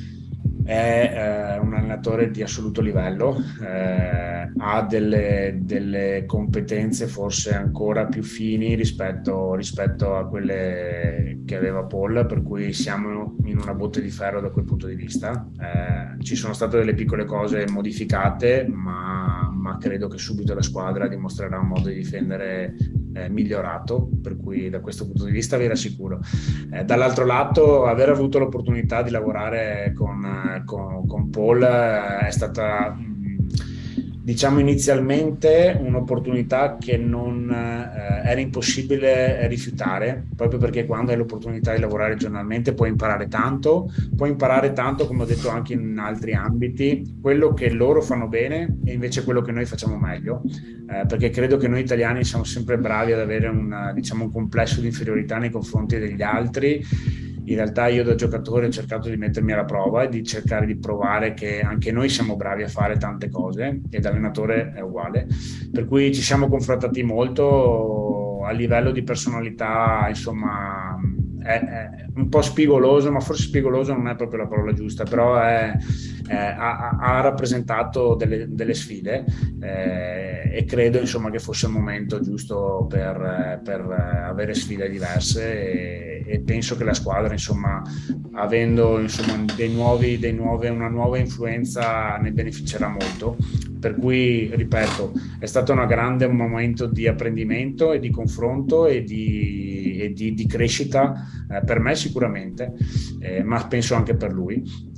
è un allenatore di assoluto livello, ha delle competenze forse ancora più fini rispetto a quelle che aveva Paul, per cui siamo in una botte di ferro da quel punto di vista. Ci sono state delle piccole cose modificate, ma credo che subito la squadra dimostrerà un modo di difendere migliorato, per cui da questo punto di vista vi rassicuro. Dall'altro lato, aver avuto l'opportunità di lavorare con Paul è stata, diciamo, inizialmente un'opportunità che non era impossibile rifiutare, proprio perché quando hai l'opportunità di lavorare giornalmente puoi imparare tanto, come ho detto anche in altri ambiti, quello che loro fanno bene e invece quello che noi facciamo meglio, perché credo che noi italiani siamo sempre bravi ad avere un complesso di inferiorità nei confronti degli altri. In realtà io da giocatore ho cercato di mettermi alla prova e di cercare di provare che anche noi siamo bravi a fare tante cose, e da allenatore è uguale, per cui ci siamo confrontati molto. A livello di personalità, insomma, è un po' spigoloso, ma forse spigoloso non è proprio la parola giusta, però ha rappresentato delle sfide, e credo insomma che fosse il momento giusto per avere sfide diverse, e penso che la squadra, insomma, avendo insomma una nuova influenza, ne beneficerà molto. Per cui, ripeto, è stato un grande momento di apprendimento e di confronto e di crescita, per me sicuramente, ma penso anche per lui.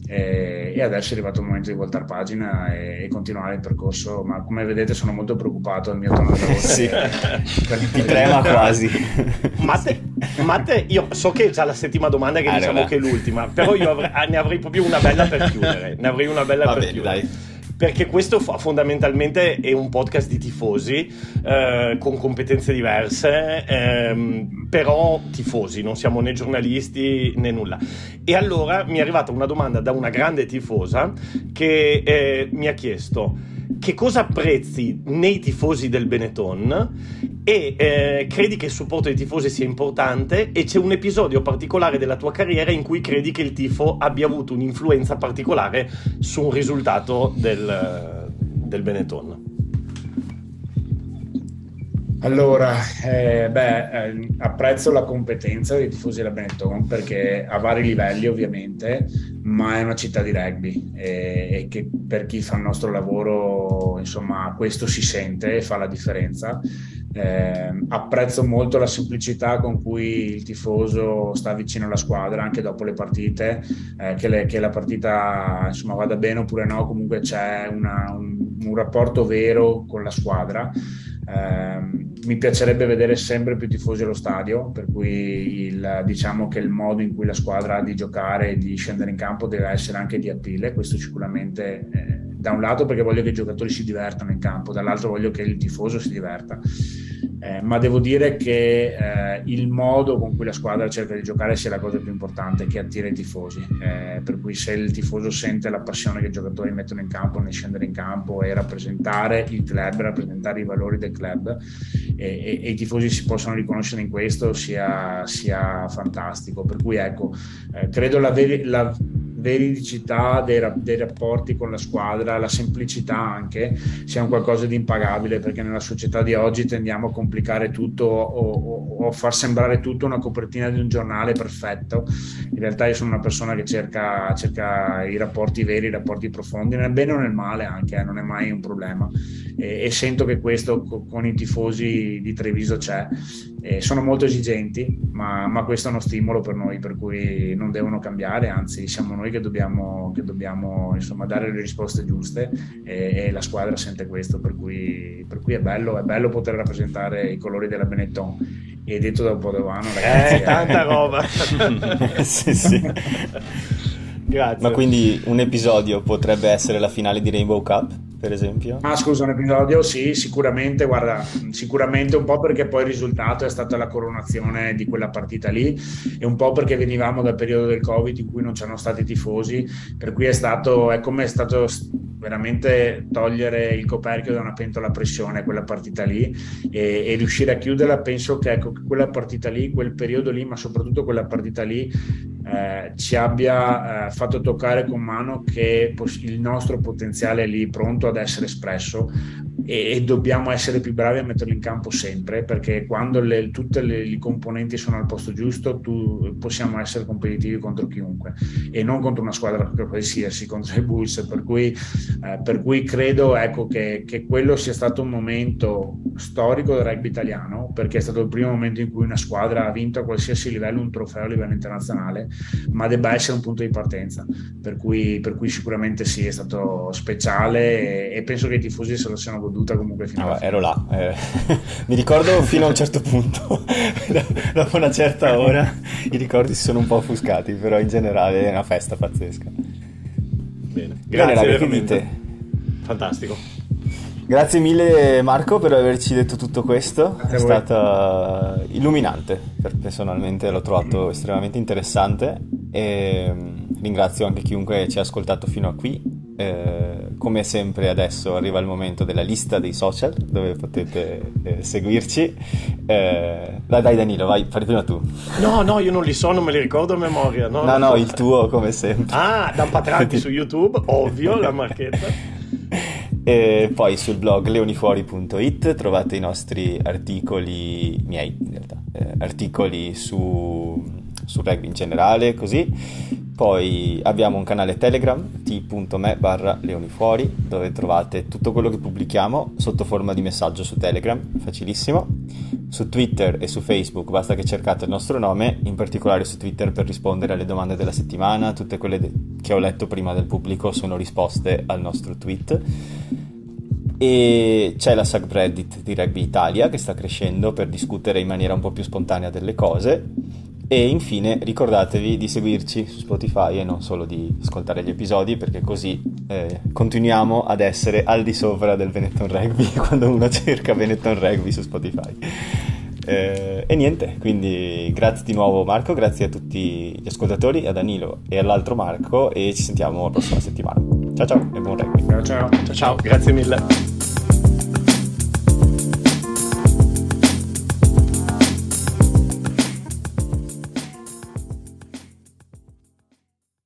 e adesso è arrivato il momento di voltare pagina e continuare il percorso, ma come vedete sono molto preoccupato del mio tono di voce. Sì, ti trema quasi. Matte, io so che è già la settima domanda che diciamo che è l'ultima, però io ne avrei proprio una bella per chiudere. Dai. Perché questo fondamentalmente è un podcast di tifosi con competenze diverse, però tifosi, non siamo né giornalisti né nulla. E allora mi è arrivata una domanda da una grande tifosa che mi ha chiesto che cosa apprezzi nei tifosi del Benetton e credi che il supporto dei tifosi sia importante, e c'è un episodio particolare della tua carriera in cui credi che il tifo abbia avuto un'influenza particolare su un risultato del Benetton. Allora, apprezzo la competenza dei tifosi della Benetton, perché a vari livelli ovviamente, ma è una città di rugby e che per chi fa il nostro lavoro, insomma, questo si sente e fa la differenza. Apprezzo molto la semplicità con cui il tifoso sta vicino alla squadra anche dopo le partite, che la partita, insomma, vada bene oppure no, comunque c'è un rapporto vero con la squadra. Mi piacerebbe vedere sempre più tifosi allo stadio, per cui diciamo che il modo in cui la squadra ha di giocare e di scendere in campo deve essere anche di appeal. Questo sicuramente, da un lato perché voglio che i giocatori si divertano in campo, dall'altro voglio che il tifoso si diverta. Ma devo dire che il modo con cui la squadra cerca di giocare sia la cosa più importante, che attira i tifosi, per cui se il tifoso sente la passione che i giocatori mettono in campo nel scendere in campo e rappresentare il club, rappresentare i valori del club, e i tifosi si possono riconoscere in questo, sia fantastico. Per cui ecco, credo la veridicità dei rapporti con la squadra, la semplicità anche, sia un qualcosa di impagabile, perché nella società di oggi tendiamo a complicare tutto o far sembrare tutto una copertina di un giornale perfetto. In realtà io sono una persona che cerca i rapporti veri, i rapporti profondi, nel bene o nel male anche, non è mai un problema, e sento che questo con i tifosi di Treviso c'è. Sono molto esigenti, ma questo è uno stimolo per noi, per cui non devono cambiare, anzi siamo noi che dobbiamo insomma dare le risposte giuste, e la squadra sente questo, per cui è bello poter rappresentare i colori della Benetton. E detto da un Padovano, ragazzi, tanta roba. sì. Grazie. Ma quindi un episodio potrebbe essere la finale di Rainbow Cup, per esempio? Scusa, un episodio? Sì, sicuramente, guarda, sicuramente un po' perché poi il risultato è stata la coronazione di quella partita lì, e un po' perché venivamo dal periodo del Covid in cui non c'erano stati tifosi, per cui è come è stato veramente togliere il coperchio da una pentola a pressione quella partita lì, e riuscire a chiuderla. Penso che ecco, quella partita lì, quel periodo lì, ma soprattutto quella partita lì ci abbia fatto toccare con mano che il nostro potenziale è lì pronto ad essere espresso, e dobbiamo essere più bravi a metterlo in campo sempre, perché quando tutte le componenti sono al posto giusto, possiamo essere competitivi contro chiunque, e non contro una squadra qualsiasi, contro i Bulls, per cui credo, ecco, che quello sia stato un momento storico del rugby italiano, perché è stato il primo momento in cui una squadra ha vinto a qualsiasi livello un trofeo a livello internazionale, ma debba essere un punto di partenza, per cui sicuramente sì, è stato speciale, e penso che i tifosi se lo siano goduta comunque fino alla fine. Ero là, mi ricordo fino a un certo punto. Dopo una certa ora i ricordi si sono un po' offuscati, però in generale è una festa pazzesca. Bene, grazie, che dite? Fantastico. Grazie mille Marco per averci detto tutto questo, è stata illuminante, personalmente l'ho trovato estremamente interessante, e ringrazio anche chiunque ci ha ascoltato fino a qui. Come sempre adesso arriva il momento della lista dei social dove potete seguirci. Dai Danilo, vai, fai prima tu. No, io non li so, non me li ricordo a memoria. No, il tuo come sempre. Dan Patranti su YouTube, ovvio, la marchetta. E poi sul blog leonifuori.it trovate i nostri articoli, miei in realtà, articoli su rugby in generale, così. Poi abbiamo un canale Telegram, t.me/leonifuori, dove trovate tutto quello che pubblichiamo sotto forma di messaggio su Telegram, facilissimo. Su Twitter e su Facebook basta che cercate il nostro nome, in particolare su Twitter per rispondere alle domande della settimana. Tutte quelle che ho letto prima del pubblico sono risposte al nostro tweet. E c'è la subreddit di Rugby Italia che sta crescendo per discutere in maniera un po' più spontanea delle cose. E infine ricordatevi di seguirci su Spotify e non solo di ascoltare gli episodi, perché così continuiamo ad essere al di sopra del Benetton Rugby quando uno cerca Benetton Rugby su Spotify. E niente, quindi grazie di nuovo Marco, grazie a tutti gli ascoltatori, a Danilo e all'altro Marco, e ci sentiamo la prossima settimana. Ciao ciao e buon rugby. Ciao. Ciao, grazie mille.